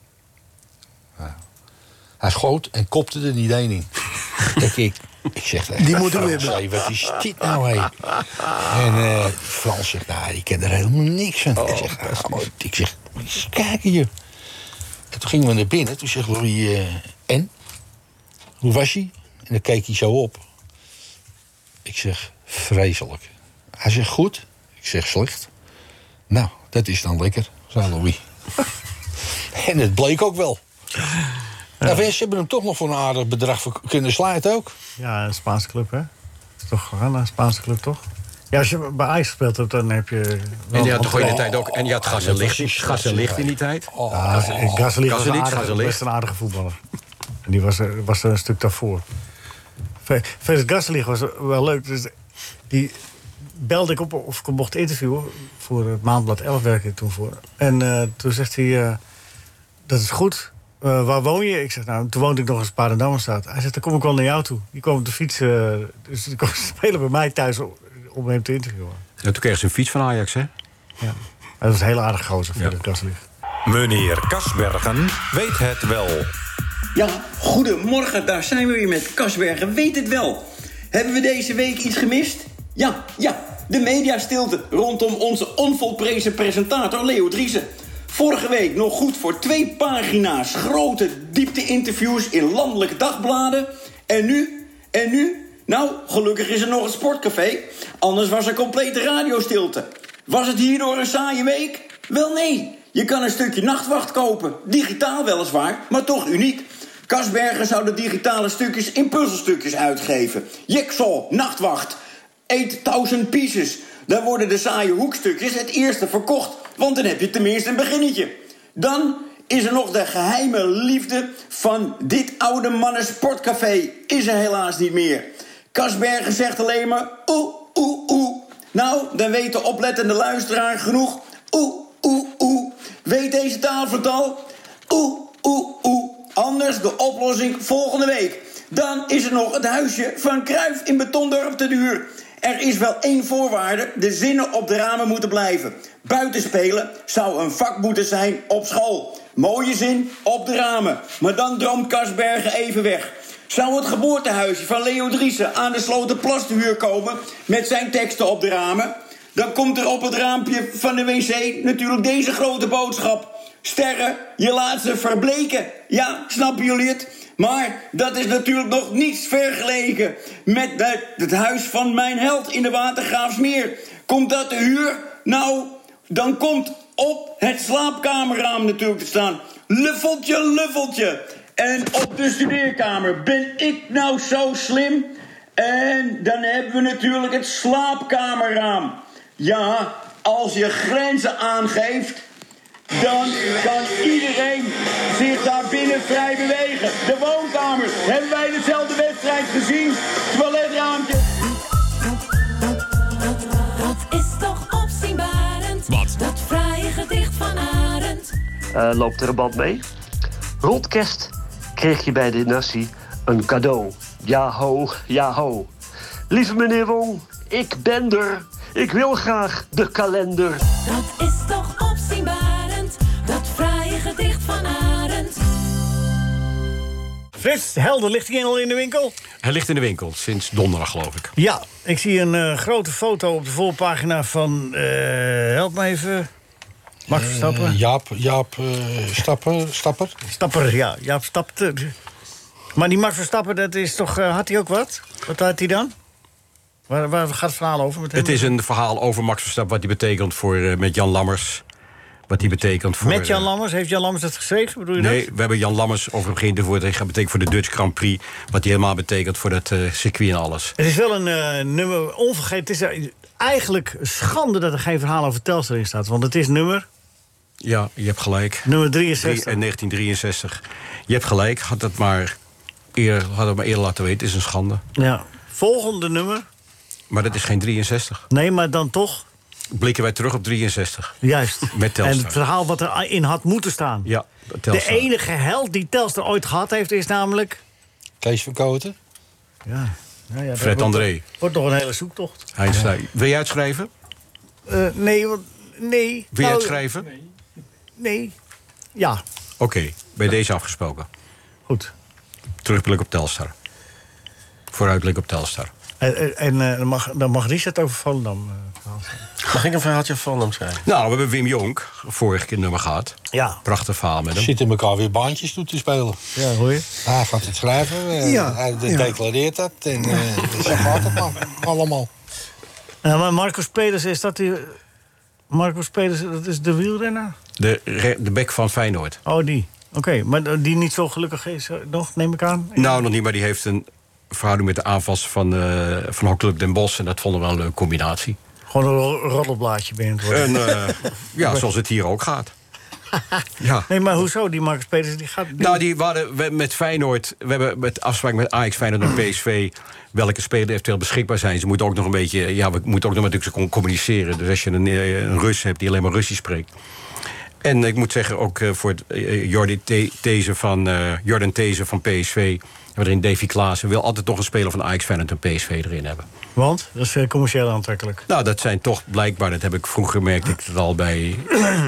Nou, hij schoot en kopte er niet één in. Ik zeg, Die moeten we hebben. Hey, wat is dit nou, hé? En Frans zegt, nou, die kent er helemaal niks van. Ik zeg, moet je eens kijken, je. En toen gingen we naar binnen. Toen zegt Louis, en? Hoe was hij? En dan keek hij zo op. Ik zeg, vreselijk. Hij zegt, goed. Ik zeg, slecht. Nou, dat is dan lekker, zei Louis. En het bleek ook wel. Nou, ze hebben hem toch nog voor een aardig bedrag kunnen slijten ook. Ja, een Spaanse club, hè? Dat is toch gewoon een Spaanse club, toch? Ja, als je bij Ajax gespeeld hebt, dan heb je... En je had toch in de tijd ook... En je had gas en licht in die tijd. Gazelicht was best een aardige voetballer. En die was er een stuk daarvoor. Felix Gazelicht was wel leuk. Dus die belde ik op of ik hem mocht interviewen. Voor het Maandblad 11 werkte ik toen voor. En toen zegt hij... dat is goed. Waar woon je? Ik zeg, nou, toen woonde ik nog in Sparendammerstraat. Hij zegt, dan kom ik wel naar jou toe. Die kwam op de fiets. Dus die kwam spelen bij mij thuis om hem te interviewen. En toen kreeg ze een fiets van Ajax, hè? Ja. Dat was een hele aardige gozer, Felix Gazelicht. Meneer Kasbergen weet het wel. Ja, goedemorgen, daar zijn we weer met Kasbergen weet het wel. Hebben we deze week iets gemist? Ja, de mediastilte rondom onze onvolprezen presentator Leo Driessen. Vorige week nog goed voor 2 pagina's grote diepte-interviews in landelijke dagbladen. En nu Nou, gelukkig is er nog een sportcafé. Anders was er complete radiostilte. Was het hierdoor een saaie week? Wel nee, je kan een stukje Nachtwacht kopen. Digitaal weliswaar, maar toch uniek. Kasbergen zou de digitale stukjes in puzzelstukjes uitgeven. Jigsaw, Nachtwacht, 8000 pieces. Dan worden de saaie hoekstukjes het eerste verkocht. Want dan heb je tenminste een beginnetje. Dan is er nog de geheime liefde van dit oude mannen sportcafé. Is er helaas niet meer. Kasbergen zegt alleen maar oeh, oeh, oeh. Nou, dan weet de oplettende luisteraar genoeg. Oeh, oeh, oeh. Weet deze taalvertal? Oeh, oeh, oeh. Anders de oplossing volgende week. Dan is er nog het huisje van Cruijff in Betondorp te duur. Er is wel één voorwaarde. De zinnen op de ramen moeten blijven. Buitenspelen zou een vak moeten zijn op school. Mooie zin op de ramen. Maar dan droomt Kasbergen even weg. Zou het geboortehuisje van Leo Driessen aan de Slotenplas te huur komen met zijn teksten op de ramen? Dan komt er op het raampje van de wc natuurlijk deze grote boodschap. Sterren, je laat ze verbleken. Ja, snappen jullie het? Maar dat is natuurlijk nog niets vergeleken met het huis van mijn held in de Watergraafsmeer. Komt dat te huur? Nou, dan komt op het slaapkamerraam natuurlijk te staan. Luffeltje, luffeltje. En op de studeerkamer ben ik nou zo slim? En dan hebben we natuurlijk het slaapkamerraam. Ja, als je grenzen aangeeft, dan kan iedereen zich daar binnen vrij bewegen. De woonkamers, hebben wij dezelfde wedstrijd gezien? Toiletraampje. Dat is toch opzienbarend. Wat? Dat fraaie gedicht van Arend. Loopt er een band mee? Rond kerst kreeg je bij de Nassi een cadeau. Ja ho, ja ho. Lieve meneer Wong, ik ben er. Ik wil graag de kalender. Dat is toch opzienbarend. Dat fraaie gedicht van Arend. Frits, Helder, ligt hij al in de winkel? Hij ligt in de winkel, sinds donderdag geloof ik. Ja, ik zie een grote foto op de voorpagina van... help me even... Max Verstappen? Jaap Stapper. Stapper, ja. Jaap Stapper. Maar die Max Verstappen, dat is toch... had hij ook wat? Wat had hij dan? Waar gaat het verhaal over? Met hem? Het is een verhaal over Max Verstappen, wat hij betekent voor met Jan Lammers. Wat hij betekent voor... Met Jan Lammers? Heeft Jan Lammers dat geschreven? Bedoel je nee, dat? we hebben Jan Lammers over hem geïnterviewd. Hij gaat betekenen voor de Dutch Grand Prix. Wat hij helemaal betekent voor dat circuit en alles. Het is wel een nummer onvergeten. Het is eigenlijk schande dat er geen verhaal over Telstar in staat. Want het is nummer... Ja, je hebt gelijk. Nummer 63. 1963. Je hebt gelijk. Had het maar eerder laten weten. Het is een schande. Ja. Volgende nummer. Maar dat is geen 63. Nee, maar dan toch... Blikken wij terug op 63. Juist. Met Telstar. En het verhaal wat erin had moeten staan. Ja, Telstar. De enige held die Telstar ooit gehad heeft, is namelijk... Kees van Koten. Ja. Nou ja, Fred André. Wordt nog een hele zoektocht. Wil jij het schrijven? Nee. Wil jij het schrijven? Nee. Ja. Oké, bij deze afgesproken. Goed. Terugblik op Telstar. Vooruitblik op Telstar. Dan mag Richard over Volendam. Mag ik een verhaaltje van Volendam schrijven? Nou, we hebben Wim Jonk vorige keer nummer gehad. Ja. Prachtig verhaal met hem. Zitten elkaar weer baantjes toe te spelen. Ja, hoor je? Hij gaat het schrijven, hij declareert dat. En zo gaat het dan allemaal. Maar Marcus Pedersen, is dat die... Marcus Pedersen, dat is de wielrenner? De bek van Feyenoord. Oh, die. Oké, maar die niet zo gelukkig is nog, neem ik aan? Nou, nog niet, maar die heeft een verhouding met de aanvals van Hockeyclub Den Bosch. En dat vonden we wel een leuke combinatie. Gewoon een roddelblaadje ben je het worden. Ja, zoals het hier ook gaat. Ja. Nee, maar hoezo? Die Marcus Pedersen, die gaat... Nou, we met Feyenoord... We hebben met afspraak met Ajax, Feyenoord en PSV... welke spelers eventueel beschikbaar zijn. Ze moeten ook nog een beetje... Ja, we moeten ook nog natuurlijk communiceren. Dus als je een Rus hebt die alleen maar Russisch spreekt... En ik moet zeggen, ook voor Jordan These van PSV... hebben we erin Davy Klaassen. Wil altijd toch een speler van Ajax, Feyenoord en PSV erin hebben. Want? Dat is commercieel aantrekkelijk. Nou, dat zijn toch blijkbaar... dat heb ik vroeger gemerkt, ik het al bij...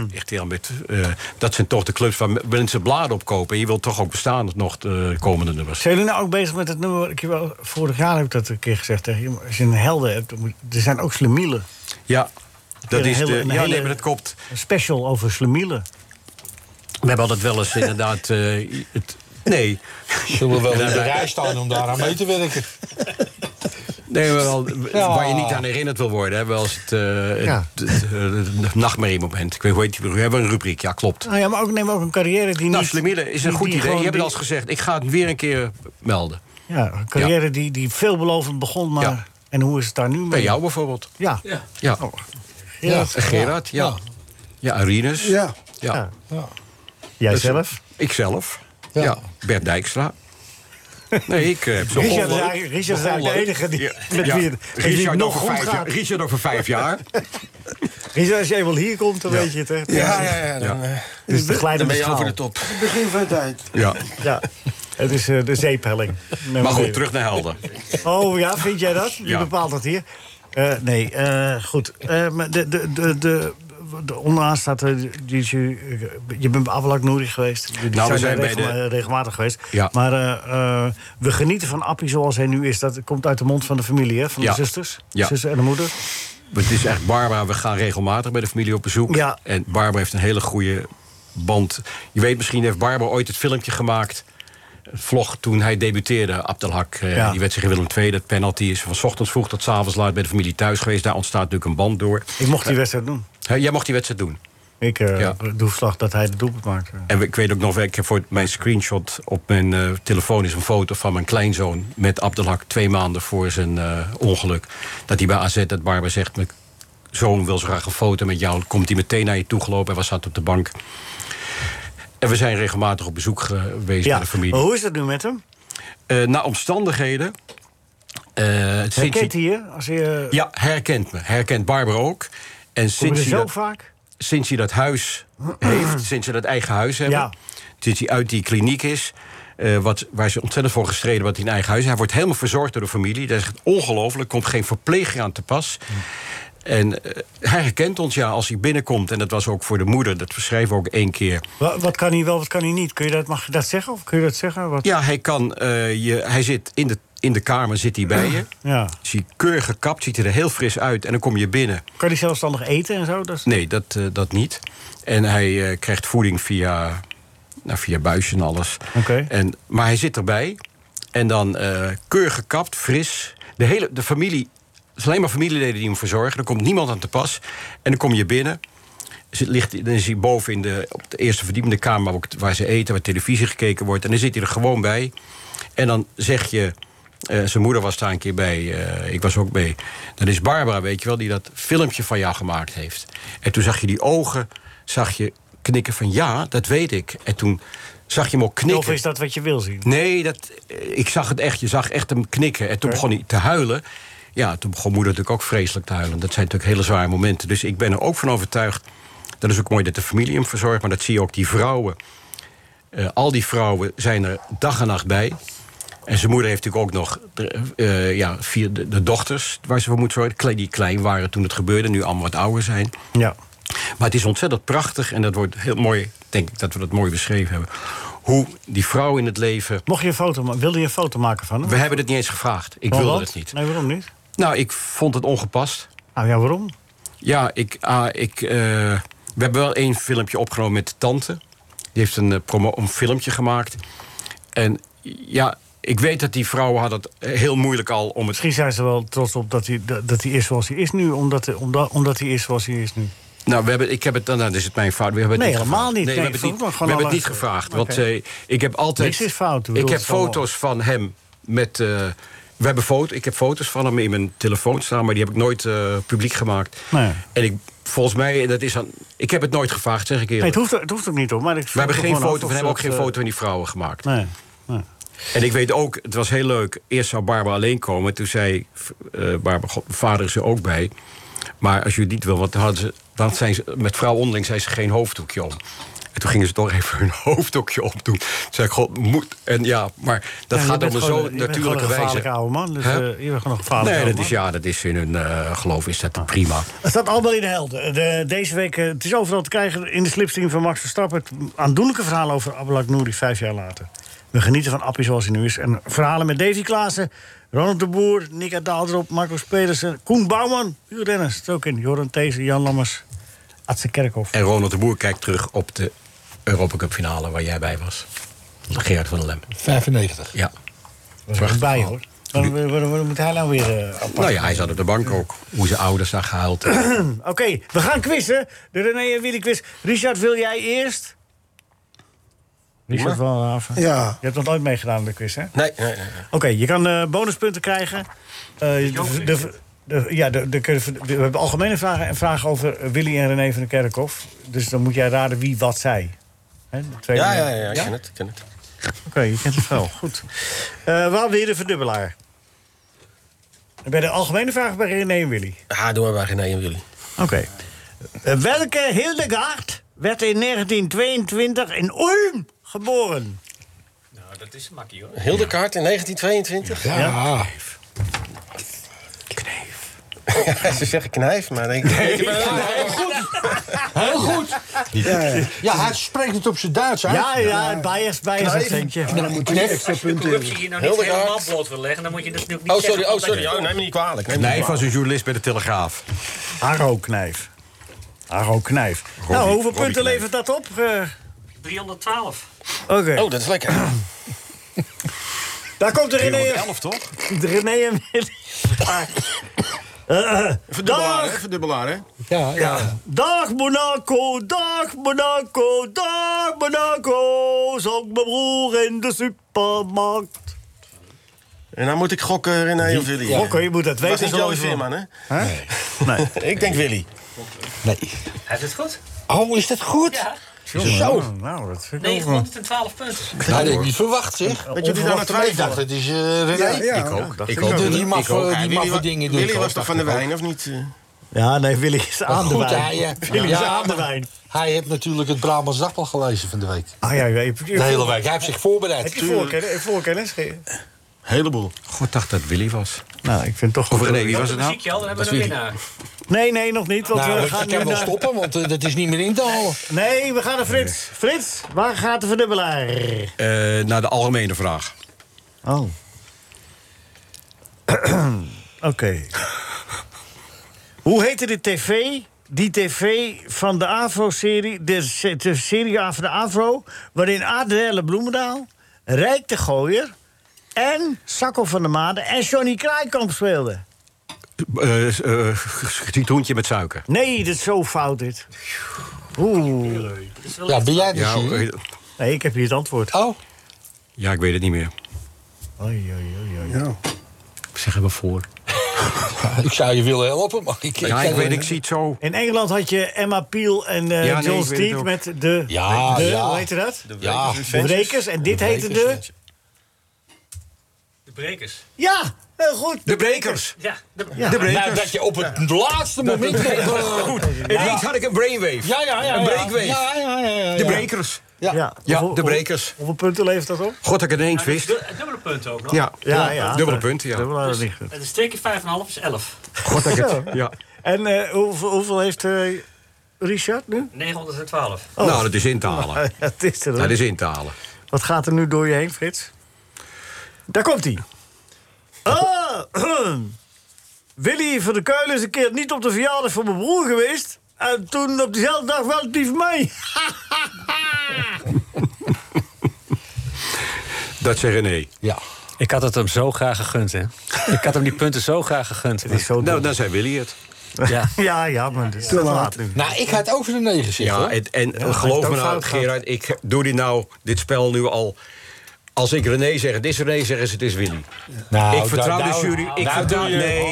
dat zijn toch de clubs waar mensen bladen op kopen. En je wilt toch ook bestaan nog de komende nummers. Zijn jullie nou ook bezig met het nummer... Vorig jaar heb ik dat een keer gezegd tegen je. Als je een helden hebt, er zijn ook slemielen. Ja. Dat is maar dat klopt. Een special over slemielen. We hebben altijd wel eens inderdaad... Nee. Zullen we wel in de rij staan om daar aan mee te werken? Nee, wel, waar je niet aan herinnerd wil worden. Hè, wel eens het nachtmerriemoment. Ik weet hoe heet die. We hebben een rubriek, ja, klopt. Nou ja, maar ook, neem ook een carrière die niet... Slemiele is een goed idee. Je hebt het al eens gezegd. Ik ga het weer een keer melden. Ja, een carrière die veelbelovend begon, maar... Ja. En hoe is het daar nu mee? Bij jou bijvoorbeeld. Ja. Oh. Gerard, ja. Ja, Arinus. Ja. Jijzelf? Ikzelf. Ja. Bert Dijkstra. Nee, ik heb zo Richard is eigenlijk de enige die met wie het nog goed gaat. Richard over 5 jaar. Richard, als je eenmaal hier komt, dan weet je het, hè? Dus dan ben je over de top. Het begin van de tijd. Ja. Het is de zeephelling. Maar goed, terug naar Helden. Oh ja, vind jij dat? Je bepaalt dat hier. Nee, goed. Maar de onderaan staat... je bent bij Ablak Nouri geweest. We zijn regelmatig geweest. Ja. Maar we genieten van Appie zoals hij nu is. Dat komt uit de mond van de familie, hè? Van de zusters. Ja. Zuster en de moeder. Het is echt Barbara. We gaan regelmatig bij de familie op bezoek. Ja. En Barbara heeft een hele goede band. Je weet, misschien heeft Barbara ooit het filmpje gemaakt... vlog toen hij debuteerde, Abdelhak. Die wedstrijd in Willem II, dat penalty is van 's ochtends vroeg tot 's avonds laat bij de familie thuis geweest. Daar ontstaat natuurlijk een band door. Ik mocht die wedstrijd doen. Jij mocht die wedstrijd doen? Ik doe verslag dat hij de doelpunt maakt. En ik weet ook nog, ik heb voor mijn screenshot op mijn telefoon... is een foto van mijn kleinzoon met Abdelhak 2 maanden voor zijn ongeluk. Dat hij bij AZ, dat Barbara zegt... mijn zoon wil zo graag een foto met jou. Dan komt hij meteen naar je toe gelopen. Hij zat op de bank. En we zijn regelmatig op bezoek geweest bij de familie. Maar hoe is het nu met hem? Naar omstandigheden. Herkent hij je? Ja, herkent me. Herkent Barbara ook. En sinds hij vaak? Sinds hij dat huis heeft, sinds ze dat eigen huis hebben... sinds hij uit die kliniek is... waar ze ontzettend voor gestreden wat hij een eigen huis... Hij wordt helemaal verzorgd door de familie. Dat is echt ongelooflijk. Komt geen verpleger aan te pas. En hij herkent ons, als hij binnenkomt. En dat was ook voor de moeder, dat schreef ook 1 keer. Wat kan hij wel, wat kan hij niet? Mag je dat zeggen? Of kun je dat zeggen? Wat? Ja, hij kan. Hij zit in de kamer, zit hij bij je. Ja. Is hij keurig gekapt, ziet hij er heel fris uit. En dan kom je binnen. Kan hij zelfstandig eten en zo? Nee, dat niet. En hij krijgt voeding via buisje en alles. Okay. Maar hij zit erbij. En dan keurig gekapt, fris. De familie... Het is alleen maar familieleden die hem verzorgen. Er komt niemand aan te pas. En dan kom je binnen. Dan is hij boven op de eerste verdieping, de kamer waar ze eten, waar televisie gekeken wordt. En dan zit hij er gewoon bij. En dan zeg je... zijn moeder was daar een keer bij. Ik was ook bij. Dan is Barbara, weet je wel, die dat filmpje van jou gemaakt heeft. En toen zag je die ogen, knikken van ja, dat weet ik. En toen zag je hem ook knikken. Of is dat wat je wil zien? Nee, ik zag het echt. Je zag echt hem knikken. En toen begon hij te huilen. Ja, toen begon moeder natuurlijk ook vreselijk te huilen. Dat zijn natuurlijk hele zware momenten. Dus ik ben er ook van overtuigd... dat is ook mooi dat de familie hem verzorgt... maar dat zie je ook die vrouwen. Al die vrouwen zijn er dag en nacht bij. En zijn moeder heeft natuurlijk ook nog... de dochters waar ze voor moet zorgen... die klein waren toen het gebeurde, nu allemaal wat ouder zijn. Ja. Maar het is ontzettend prachtig... en dat wordt heel mooi, denk ik dat we dat mooi beschreven hebben... hoe die vrouw in het leven... Wilde je een foto maken van hem? We hebben het niet eens gevraagd. Ik wilde het niet. Nee, waarom niet? Nou, ik vond het ongepast. Ah ja, waarom? Ja, we hebben wel 1 filmpje opgenomen met de tante. Die heeft een filmpje gemacht. En ja, ik weet dat die vrouwen hadden het heel moeilijk al om het... Misschien zijn ze wel trots op dat hij is zoals hij is nu, omdat hij is zoals hij is nu. Nou, ik heb het dan. Nou, is het mijn fout. We hebben het niet helemaal niet. Nee, we hebben het niet gevraagd. Want ik heb altijd. Niks is fout. Ik heb foto's van hem met. Ik heb foto's van hem in mijn telefoon staan, maar die heb ik nooit publiek gemaakt. Nee. En volgens mij, ik heb het nooit gevraagd, zeg ik eerlijk. Nee, het hoeft ook niet hoor. Maar we hebben geen foto van hem, ook geen foto van die vrouwen gemaakt. Nee. En ik weet ook, het was heel leuk. Eerst zou Barbara alleen komen. Toen zei Barbara, vader is er ook bij. Maar als je het niet wil, want dan zijn ze met vrouw onderling zijn ze geen hoofddoekje om. En toen gingen ze toch even hun hoofddoekje opdoen. Toen zei ik, god, moet. En ja, maar dat gaat op een zo natuurlijke wijze. Je bent een oude man, dus je bent gewoon een gevaarlijke dat is in hun geloof is dat prima. Het staat allemaal in de helden. Deze week, het is overal te krijgen in de slipstream van Max Verstappen. Het aandoenlijke verhaal over Ablak Nouri 5 jaar later. We genieten van Appie zoals hij nu is. En verhalen met Davy Klaassen, Ronald de Boer, Nika Daaldrop, Marcus Pedersen, Koen Bouwman, Hugo Dennis, het ook in, Joran Theesen, Jan Lammers, Adse Kerkhoff. En Ronald de Boer kijkt terug op de Europa Cup finale waar jij bij was. Gerard van der Lem. 95. Ja. Was er bij, hoor. Waarom moet hij nou weer apart? Nou ja, hij zat op de bank ook. Hoe zijn ouders daar gehaald. Oké, we gaan quizzen. De René en Willy quiz. Richard, wil jij eerst? Richard van Haven. Ja. Je hebt nog nooit meegedaan aan de quiz, hè? Nee. Oké, je kan bonuspunten krijgen. We hebben algemene vragen en vragen over Willy en René van der Kerkhof. Dus dan moet jij raden wie wat zei. Hè, Ja, ik ken het. Oké, je kent het wel. Goed. Waar wil je de verdubbelaar? Bij de algemene vraag bij René en Willy? Ja, doen we bij René en Willy. Oké. Welke Hildegard werd in 1922 in Ulm geboren? Nou, dat is een makkie, hoor. Hildegard in 1922? Ja. Ze zeggen knijf, maar denk ik... Heel goed. Ja, hij spreekt het op zijn Duits uit. Ja, Bayers accentje. En dan moet je extra punten Als je hier nou niet helemaal bloot wil leggen, dan moet je natuurlijk niet sorry. Oh, neem me niet kwalijk. Nee, van zijn journalist bij de Telegraaf. Harro Knijf. Nou, hoeveel punten levert dat op? 312. Oké. Oh, dat is lekker. Daar komt de René. 311, toch? De René en Willy. Verdubbelaar, hè? Ja. Dag Monaco, dag Monaco, dag Monaco. Zag mijn broer in de supermarkt. En dan moet ik gokken, René of Willy. Gokken, je moet dat Dat weten. is niet Joey Veerman, hè? Nee. Ik denk Willy. Nee. Heeft het goed? Oh, is dat goed? Ja. Zo. Nou, dat vind ik 912 punten. Dat had ik niet verwacht, zeg. Weet je wie daar aan het Ik dacht, het is René. Ja, Ik ook. Die maffe dingen doen. Willy was toch van de wijn, of niet? Ja, nee, Willy is aan de Goed, wijn. Willy is aan de wijn. Hij heeft natuurlijk het Brabants Dagblad gelezen van de week. Ah ja, De hele week. Hij heeft zich voorbereid. Heb je voorkennis? Heleboel. God dacht dat Willy was. Nou, ik vind toch... Of René, wie was het nou? Muziekje al, dan hebben we een winnaar. Nee, nog niet. Want Nou, we ik gaan kan nu wel naar... stoppen, want dat is niet meer in te halen. Nee, we gaan naar Frits. Frits, waar gaat de verdubbelaar? Naar de algemene vraag. Oh. Oké. Hoe heette die tv van de AVRO-serie, de serie van de AVRO, waarin Adèle Bloemendaal, Rijk de Gooier en Sakko van der Made en Johnny Kraaikamp speelden? Citroentje met suiker. Nee, dat is zo fout dit. Oeh. Ja, ben jij de Ja, Nee, ik heb hier het antwoord. Oh. ja, ik weet het niet meer. Oei. Zeggen we voor. Ik zou je willen helpen, maar ik zie het zo. In Engeland had je Emma Peel en John Steed met de... Hoe heette dat? De Brekers. En dit heette de... De Brekers. Ja, heel goed. De Brekers. Ja, De Brekers. Nou, dat je op het laatste moment... Goed. Ineens had ik een brainwave. Ja. Een breakwave. Ja. De Brekers. Ja, De Brekers. Hoeveel punten levert dat op? God, dat ik het ineens wist. Dubbele punt ook nog. Ja. Dubbele punten, ja. Dubbele niet goed. Het is 2 keer 5,5 is 11. God, dat ik het... Ja. En hoeveel heeft Richard nu? 912. Nou, dat is in te halen. Het is er. Dat is in te halen. Wat gaat er nu door je heen, Frits? Daar komt hij. Willy van der Kuilen is een keer niet op de verjaardag van mijn broer geweest. En toen op diezelfde dag wel die van mij. Dat zei René. Ja. Ik had het hem zo graag gegund, hè. Ik had hem die punten zo graag gegund. Het is zo Nou, dan zei Willy het. Ja, maar het is te laat nu. Nou, ik had over de 9 gezegd, Ja, hoor. en geloof het me ook nou, fout gaat. Gerard, ik doe dit spel nu al... Als ik René zeg, het is René, zeggen ze het is Willy. Nou, Ik vertrouw de jury. Ik vertrouw...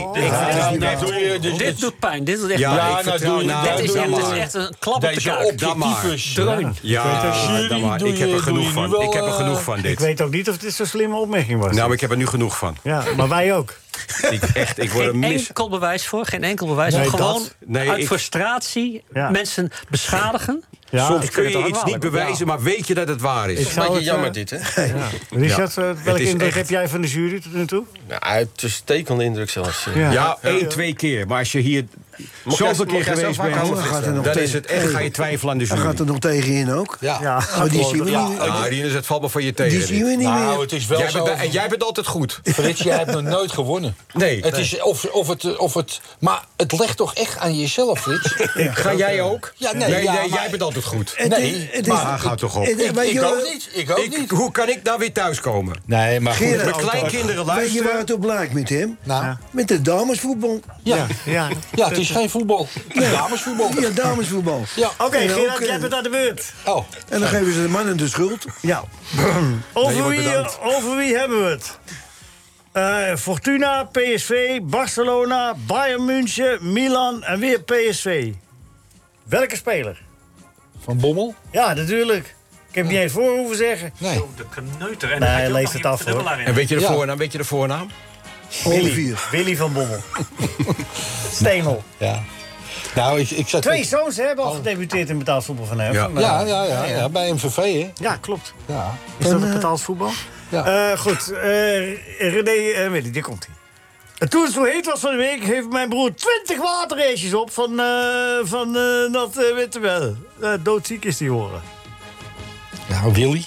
Dit doet pijn. Dit doet echt Ja, pijn. ik vertrouw... Dit is echt een klap op de Deze kaak. objectieve Dreun. Ja, dan maar. Ik heb er genoeg van. Ik heb er genoeg van, Ik dit. weet ook niet of dit zo'n slimme opmerking was. Nou, maar ik heb er nu genoeg van. Ja, maar wij ook. Ik word er Geen mis... enkel bewijs voor. Geen enkel bewijs Nee, voor. Gewoon dat- Nee, uit ik- frustratie Ja. mensen beschadigen. Ja, Soms ik kun vind het je toch iets niet wel bewijzen, maar weet je dat het waar is. Ik Een zou beetje het, jammer dit, hè? Richard, welke is indruk echt- heb jij van de jury tot nu toe? Ja, het is een stekende indruk zelfs. Ja. Ja, 1-2 keer. Maar als je hier zoveel keer jij zelf geweest vaak bent, over dan is het echt, ga je twijfelen aan de Hij jury. gaat er nog tegenin ook. Ja. Maar die zien we niet. Rinus, het valt me van je tegen. Die zien we niet Nou, meer. het is wel Jij zo. bent, en jij bent altijd goed. Frits, jij hebt nog nooit gewonnen. Nee. Het is of het. Maar het legt toch echt aan jezelf, Frits? Ga jij ook? Ja, nee, nee, maar- jij bent altijd goed. Maar Ga toch op. ik ook niet. Ik ook niet. Hoe kan ik nou weer thuiskomen? Nee, maar goed. Gerard, Mijn kleinkinderen weet je waar luisteren. het op lijkt met hem? Nou, Met de damesvoetbal. ja. Ja. Ja, het is geen voetbal. Het is damesvoetbal. Ja, damesvoetbal. Ja. Oké, En Gerard, ook, jij bent aan de beurt. Oh, En dan geven ze de mannen de schuld. Ja. je wordt bedankt. Over wie hebben we het? Fortuna, PSV, Barcelona, Bayern München, Milan en weer PSV. Welke speler? Van Bommel? Ja, natuurlijk. Ik heb niet eens voor hoeven zeggen. Nee. De kneuter. En Nee, dan had je ook lees nog het iemand af, hoor. dribbelaar in. En weet je de Ja. voornaam? Weet je de voornaam? Willy van Bommel. Steenel. Ja. Nou, ik zat... Twee zoons hebben al gedebuteerd in betaald voetbal van hem. Ja. Ja, bij MVV, hè? Ja, klopt. Ja. Is dat betaald voetbal? Ja. Goed, René Willy, die komt hij. Toen het zo heet was van de week, heeft mijn broer 20 waterraces op van dat witte wel. Doodziek is die horen. Nou, Willy.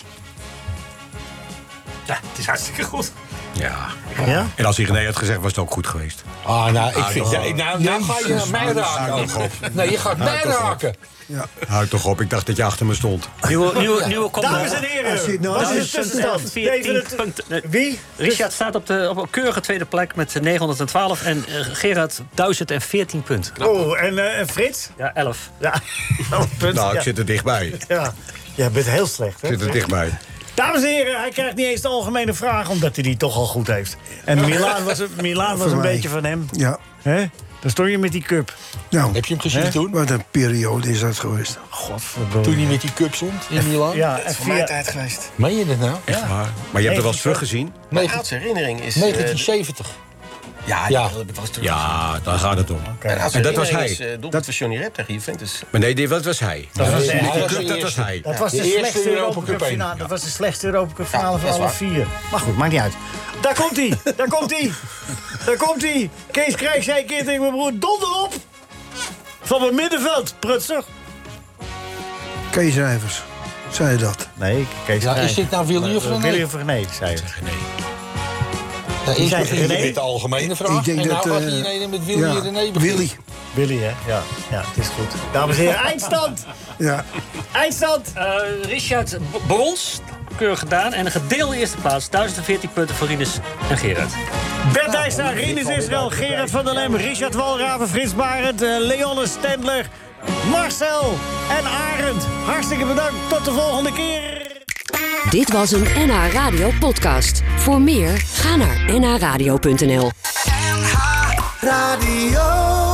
Ja, het is hartstikke goed. Ja. Ja? En als hij René had gezegd, was het ook goed geweest. Ah, nou, ik vind... Nou ga je mij raken. Nee, je gaat mij raken. Houd toch op, ik dacht dat je achter me stond. Nieuwe kop. Dames en heren, dat is de tussenstand. Even het- Wie? Richard staat op een keurige tweede plek met 912 en Gerard 1014 punten. Oh, en Frits? Ja, 11. Ja, 11 punten. Nou, ik ja. zit er dichtbij. Ja. Jij bent heel slecht, hè? Ik zit er dichtbij. Dames en heren, hij krijgt niet eens de algemene vraag, omdat hij die toch al goed heeft. En Milaan was een mij. beetje van hem. Ja. Hè? Dan stond je met die cup. Nou, Heb je hem gezien toen? wat een periode is dat geweest. Godverdomme. Toen hij met die cup stond in Milaan? Ja, en Voor mijn via... tijd geweest. Meen je dat nou? Echt waar. Maar je hebt er wel eens teruggezien? Mijn oudste herinnering is... 1970. Ja, Ja. dat heb ik wel eens terug. Ja, daar gaat het om. Mijn oudste En dat was herinnering hij. is doelpunt van Johnny Rep tegen Juventus. Maar nee, dat was hij. Dat was de Die eerste. club, dat was hij. Dat was de, De eerste slechtste Europa Europa Cup Cup één. finale. Dat was de slechtste Europa Cup finale Ja, van dat is alle waar. 4. Maar goed, maakt niet uit. Daar komt hij. Daar komt hij. Daar komt hij. Kees Krijg zei een keer tegen mijn broer: donder op. Van het middenveld, prutser. Kees Rijvers, zei je dat? Nee, Kees Ja, Krijg. is dit nou Willy of René? Willy of René, zei je. Ja, Die zijn ik René? met de algemene vraag. Ik denk en nou dat, gaat hij met Willy en René beginnen. Willy. Willy, hè? Ja, ja, het is goed. Dames en heren, eindstand. Ja. Eindstand. Richard Brons, keurig gedaan. En een gedeelde eerste plaats, 1014 punten voor Rinus en Gerard. Bert Dijkstra, Rinus Israël, Gerard van der Lem, Richard Walraven, Frits Barend, Leonne Stendler, Marcel en Arend. Hartstikke bedankt. Tot de volgende keer. Dit was een NH Radio podcast. Voor meer, ga naar nhradio.nl. Radio.